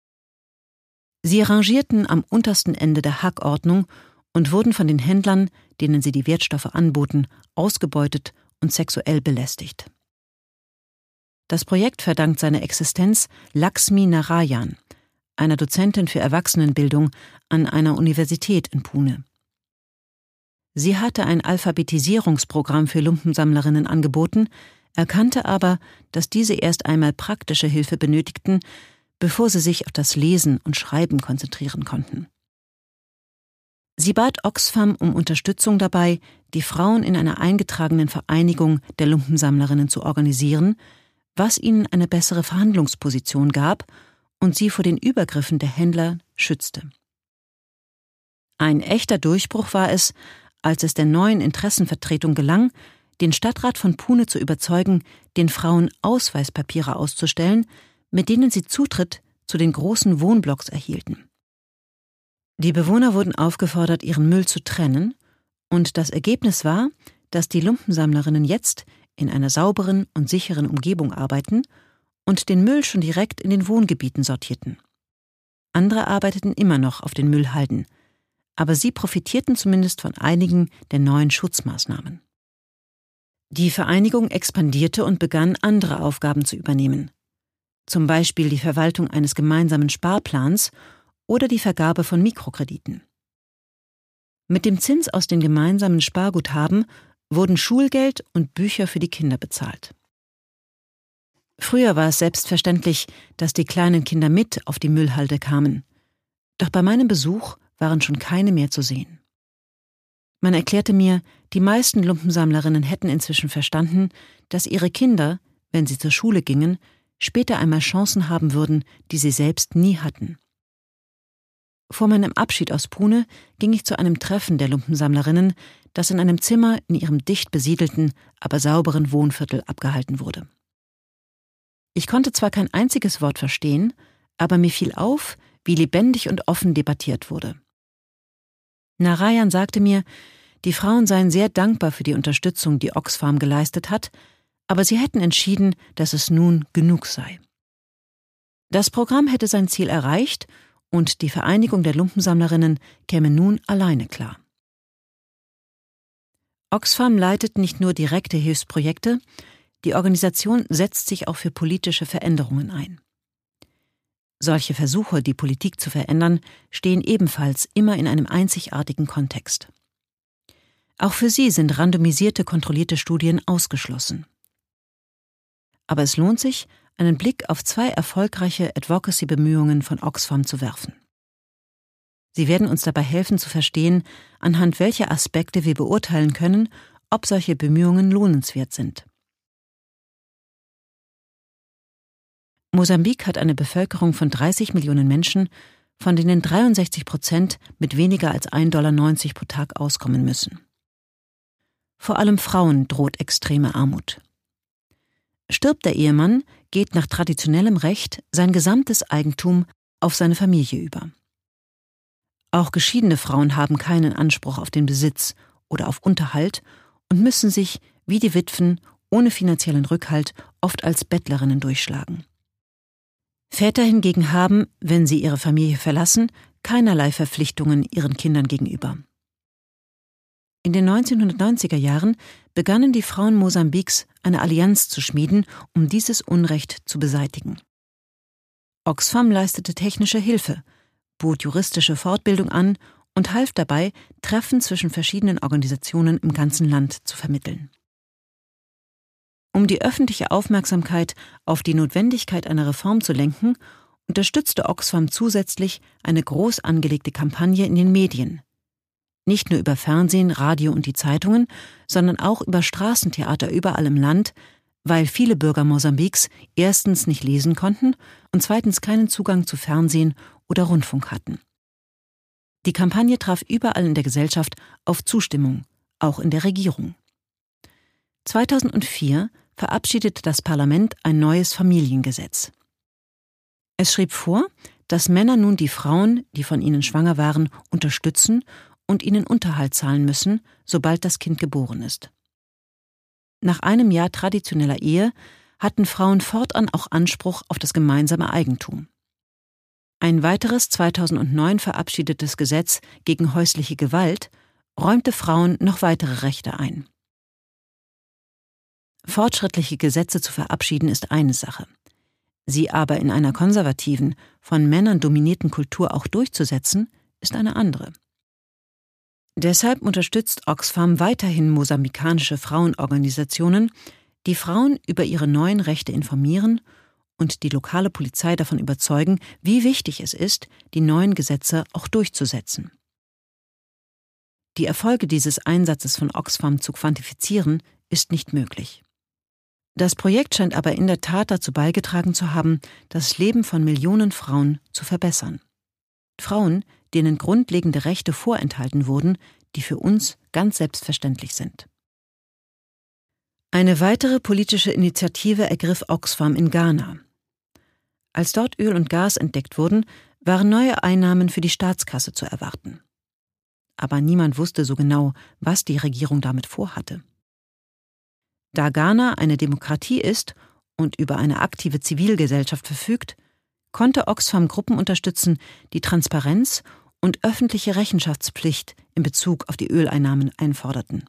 Sie rangierten am untersten Ende der Hackordnung und wurden von den Händlern, denen sie die Wertstoffe anboten, ausgebeutet und sexuell belästigt. Das Projekt verdankt seine Existenz Laxmi Narayan, einer Dozentin für Erwachsenenbildung an einer Universität in Pune. Sie hatte ein Alphabetisierungsprogramm für Lumpensammlerinnen angeboten, erkannte aber, dass diese erst einmal praktische Hilfe benötigten, bevor sie sich auf das Lesen und Schreiben konzentrieren konnten. Sie bat Oxfam um Unterstützung dabei, die Frauen in einer eingetragenen Vereinigung der Lumpensammlerinnen zu organisieren, was ihnen eine bessere Verhandlungsposition gab und sie vor den Übergriffen der Händler schützte. Ein echter Durchbruch war es, als es der neuen Interessenvertretung gelang, den Stadtrat von Pune zu überzeugen, den Frauen Ausweispapiere auszustellen, mit denen sie Zutritt zu den großen Wohnblocks erhielten. Die Bewohner wurden aufgefordert, ihren Müll zu trennen, und das Ergebnis war, dass die Lumpensammlerinnen jetzt in einer sauberen und sicheren Umgebung arbeiten und den Müll schon direkt in den Wohngebieten sortierten. Andere arbeiteten immer noch auf den Müllhalden, aber sie profitierten zumindest von einigen der neuen Schutzmaßnahmen. Die Vereinigung expandierte und begann, andere Aufgaben zu übernehmen, zum Beispiel die Verwaltung eines gemeinsamen Sparplans oder die Vergabe von Mikrokrediten. Mit dem Zins aus den gemeinsamen Sparguthaben wurden Schulgeld und Bücher für die Kinder bezahlt. Früher war es selbstverständlich, dass die kleinen Kinder mit auf die Müllhalde kamen, doch bei meinem Besuch waren schon keine mehr zu sehen. Man erklärte mir, die meisten Lumpensammlerinnen hätten inzwischen verstanden, dass ihre Kinder, wenn sie zur Schule gingen, später einmal Chancen haben würden, die sie selbst nie hatten. Vor meinem Abschied aus Pune ging ich zu einem Treffen der Lumpensammlerinnen, das in einem Zimmer in ihrem dicht besiedelten, aber sauberen Wohnviertel abgehalten wurde. Ich konnte zwar kein einziges Wort verstehen, aber mir fiel auf, wie lebendig und offen debattiert wurde. Narayan sagte mir, die Frauen seien sehr dankbar für die Unterstützung, die Oxfam geleistet hat, aber sie hätten entschieden, dass es nun genug sei. Das Programm hätte sein Ziel erreicht und die Vereinigung der Lumpensammlerinnen käme nun alleine klar. Oxfam leitet nicht nur direkte Hilfsprojekte, die Organisation setzt sich auch für politische Veränderungen ein. Solche Versuche, die Politik zu verändern, stehen ebenfalls immer in einem einzigartigen Kontext. Auch für sie sind randomisierte, kontrollierte Studien ausgeschlossen. Aber es lohnt sich, einen Blick auf zwei erfolgreiche Advocacy-Bemühungen von Oxfam zu werfen. Sie werden uns dabei helfen zu verstehen, anhand welcher Aspekte wir beurteilen können, ob solche Bemühungen lohnenswert sind. Mosambik hat eine Bevölkerung von dreißig Millionen Menschen, von denen dreiundsechzig Prozent mit weniger als ein Dollar neunzig pro Tag auskommen müssen. Vor allem Frauen droht extreme Armut. Stirbt der Ehemann, geht nach traditionellem Recht sein gesamtes Eigentum auf seine Familie über. Auch geschiedene Frauen haben keinen Anspruch auf den Besitz oder auf Unterhalt und müssen sich, wie die Witwen, ohne finanziellen Rückhalt oft als Bettlerinnen durchschlagen. Väter hingegen haben, wenn sie ihre Familie verlassen, keinerlei Verpflichtungen ihren Kindern gegenüber. In den neunzehnhundertneunziger Jahren begannen die Frauen Mosambiks, eine Allianz zu schmieden, um dieses Unrecht zu beseitigen. Oxfam leistete technische Hilfe, bot juristische Fortbildung an und half dabei, Treffen zwischen verschiedenen Organisationen im ganzen Land zu vermitteln. Um die öffentliche Aufmerksamkeit auf die Notwendigkeit einer Reform zu lenken, unterstützte Oxfam zusätzlich eine groß angelegte Kampagne in den Medien. Nicht nur über Fernsehen, Radio und die Zeitungen, sondern auch über Straßentheater überall im Land, weil viele Bürger Mosambiks erstens nicht lesen konnten und zweitens keinen Zugang zu Fernsehen oder Rundfunk hatten. Die Kampagne traf überall in der Gesellschaft auf Zustimmung, auch in der Regierung. zweitausendvier verabschiedete das Parlament ein neues Familiengesetz. Es schrieb vor, dass Männer nun die Frauen, die von ihnen schwanger waren, unterstützen und ihnen Unterhalt zahlen müssen, sobald das Kind geboren ist. Nach einem Jahr traditioneller Ehe hatten Frauen fortan auch Anspruch auf das gemeinsame Eigentum. Ein weiteres zweitausendneun verabschiedetes Gesetz gegen häusliche Gewalt räumte Frauen noch weitere Rechte ein. Fortschrittliche Gesetze zu verabschieden ist eine Sache. Sie aber in einer konservativen, von Männern dominierten Kultur auch durchzusetzen, ist eine andere. Deshalb unterstützt Oxfam weiterhin mosambikanische Frauenorganisationen, die Frauen über ihre neuen Rechte informieren und die lokale Polizei davon überzeugen, wie wichtig es ist, die neuen Gesetze auch durchzusetzen. Die Erfolge dieses Einsatzes von Oxfam zu quantifizieren, ist nicht möglich. Das Projekt scheint aber in der Tat dazu beigetragen zu haben, das Leben von Millionen Frauen zu verbessern. Frauen, denen grundlegende Rechte vorenthalten wurden, die für uns ganz selbstverständlich sind. Eine weitere politische Initiative ergriff Oxfam in Ghana. Als dort Öl und Gas entdeckt wurden, waren neue Einnahmen für die Staatskasse zu erwarten. Aber niemand wusste so genau, was die Regierung damit vorhatte. Da Ghana eine Demokratie ist und über eine aktive Zivilgesellschaft verfügt, konnte Oxfam Gruppen unterstützen, die Transparenz und öffentliche Rechenschaftspflicht in Bezug auf die Öleinnahmen einforderten.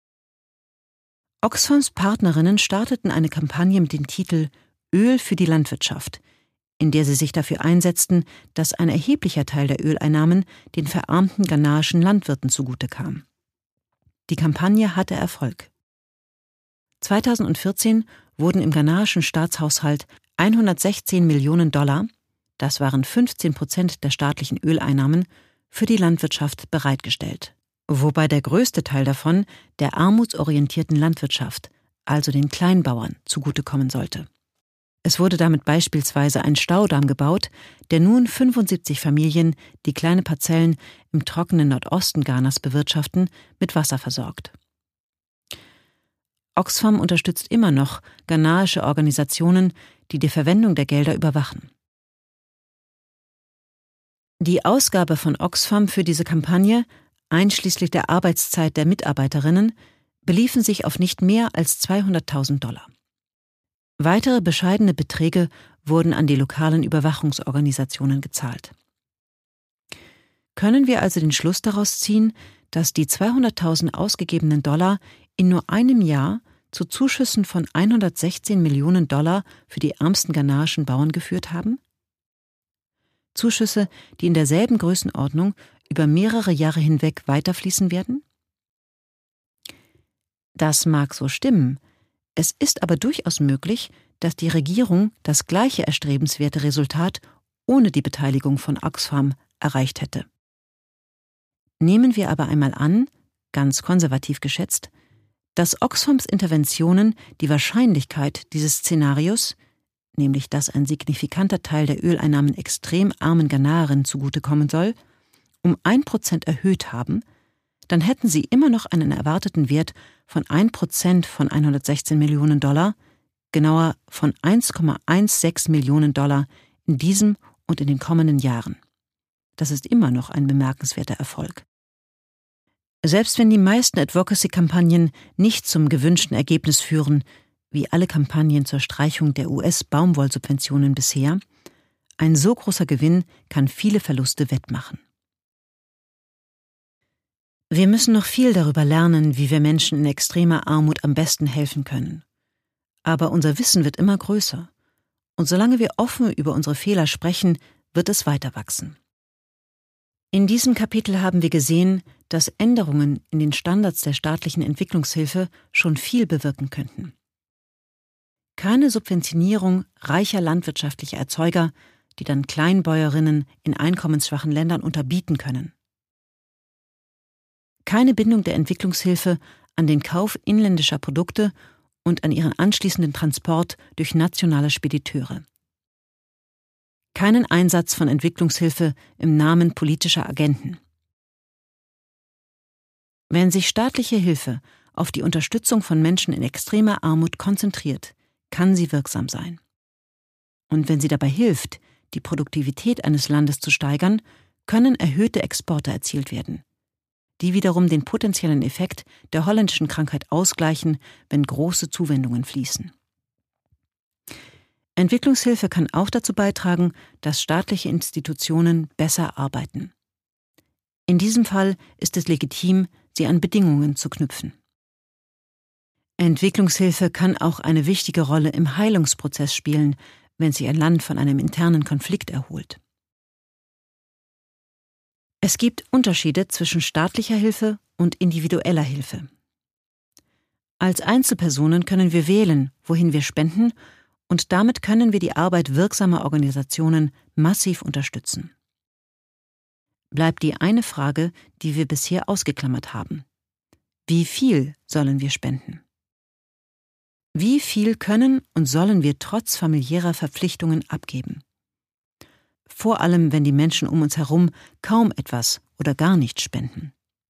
Oxfams Partnerinnen starteten eine Kampagne mit dem Titel »Öl für die Landwirtschaft«, in der sie sich dafür einsetzten, dass ein erheblicher Teil der Öleinnahmen den verarmten ghanaischen Landwirten zugute kam. Die Kampagne hatte Erfolg. zweitausendvierzehn wurden im ghanaischen Staatshaushalt hundertsechzehn Millionen Dollar, das waren fünfzehn Prozent der staatlichen Öleinnahmen, für die Landwirtschaft bereitgestellt, wobei der größte Teil davon der armutsorientierten Landwirtschaft, also den Kleinbauern, zugutekommen sollte. Es wurde damit beispielsweise ein Staudamm gebaut, der nun fünfundsiebzig Familien, die kleine Parzellen im trockenen Nordosten Ghanas bewirtschaften, mit Wasser versorgt. Oxfam unterstützt immer noch ghanaische Organisationen, die die Verwendung der Gelder überwachen. Die Ausgabe von Oxfam für diese Kampagne, einschließlich der Arbeitszeit der Mitarbeiterinnen, beliefen sich auf nicht mehr als zweihunderttausend Dollar. Weitere bescheidene Beträge wurden an die lokalen Überwachungsorganisationen gezahlt. Können wir also den Schluss daraus ziehen, dass die zweihunderttausend ausgegebenen Dollar in nur einem Jahr zu Zuschüssen von hundertsechzehn Millionen Dollar für die ärmsten ghanaischen Bauern geführt haben? Zuschüsse, die in derselben Größenordnung über mehrere Jahre hinweg weiterfließen werden? Das mag so stimmen, es ist aber durchaus möglich, dass die Regierung das gleiche erstrebenswerte Resultat ohne die Beteiligung von Oxfam erreicht hätte. Nehmen wir aber einmal an, ganz konservativ geschätzt, dass Oxfams Interventionen die Wahrscheinlichkeit dieses Szenarios, nämlich dass ein signifikanter Teil der Öleinnahmen extrem armen Ghanarinnen zugutekommen soll, um ein Prozent erhöht haben, dann hätten sie immer noch einen erwarteten Wert von ein Prozent von hundertsechzehn Millionen Dollar, genauer von eins Komma sechzehn Millionen Dollar in diesem und in den kommenden Jahren. Das ist immer noch ein bemerkenswerter Erfolg. Selbst wenn die meisten Advocacy-Kampagnen nicht zum gewünschten Ergebnis führen, wie alle Kampagnen zur Streichung der U S-Baumwollsubventionen bisher, ein so großer Gewinn kann viele Verluste wettmachen. Wir müssen noch viel darüber lernen, wie wir Menschen in extremer Armut am besten helfen können. Aber unser Wissen wird immer größer. Und solange wir offen über unsere Fehler sprechen, wird es weiter wachsen. In diesem Kapitel haben wir gesehen, dass Änderungen in den Standards der staatlichen Entwicklungshilfe schon viel bewirken könnten. Keine Subventionierung reicher landwirtschaftlicher Erzeuger, die dann Kleinbäuerinnen in einkommensschwachen Ländern unterbieten können. Keine Bindung der Entwicklungshilfe an den Kauf inländischer Produkte und an ihren anschließenden Transport durch nationale Spediteure. Keinen Einsatz von Entwicklungshilfe im Namen politischer Agenten. Wenn sich staatliche Hilfe auf die Unterstützung von Menschen in extremer Armut konzentriert, kann sie wirksam sein. Und wenn sie dabei hilft, die Produktivität eines Landes zu steigern, können erhöhte Exporte erzielt werden, die wiederum den potenziellen Effekt der holländischen Krankheit ausgleichen, wenn große Zuwendungen fließen. Entwicklungshilfe kann auch dazu beitragen, dass staatliche Institutionen besser arbeiten. In diesem Fall ist es legitim, sie an Bedingungen zu knüpfen. Entwicklungshilfe kann auch eine wichtige Rolle im Heilungsprozess spielen, wenn sich ein Land von einem internen Konflikt erholt. Es gibt Unterschiede zwischen staatlicher Hilfe und individueller Hilfe. Als Einzelpersonen können wir wählen, wohin wir spenden, und damit können wir die Arbeit wirksamer Organisationen massiv unterstützen. Bleibt die eine Frage, die wir bisher ausgeklammert haben. Wie viel sollen wir spenden? Wie viel können und sollen wir trotz familiärer Verpflichtungen abgeben? Vor allem, wenn die Menschen um uns herum kaum etwas oder gar nichts spenden.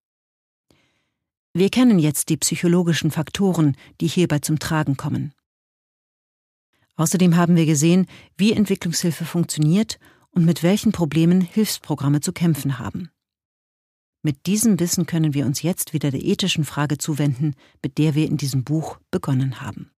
Wir kennen jetzt die psychologischen Faktoren, die hierbei zum Tragen kommen. Außerdem haben wir gesehen, wie Entwicklungshilfe funktioniert und mit welchen Problemen Hilfsprogramme zu kämpfen haben. Mit diesem Wissen können wir uns jetzt wieder der ethischen Frage zuwenden, mit der wir in diesem Buch begonnen haben.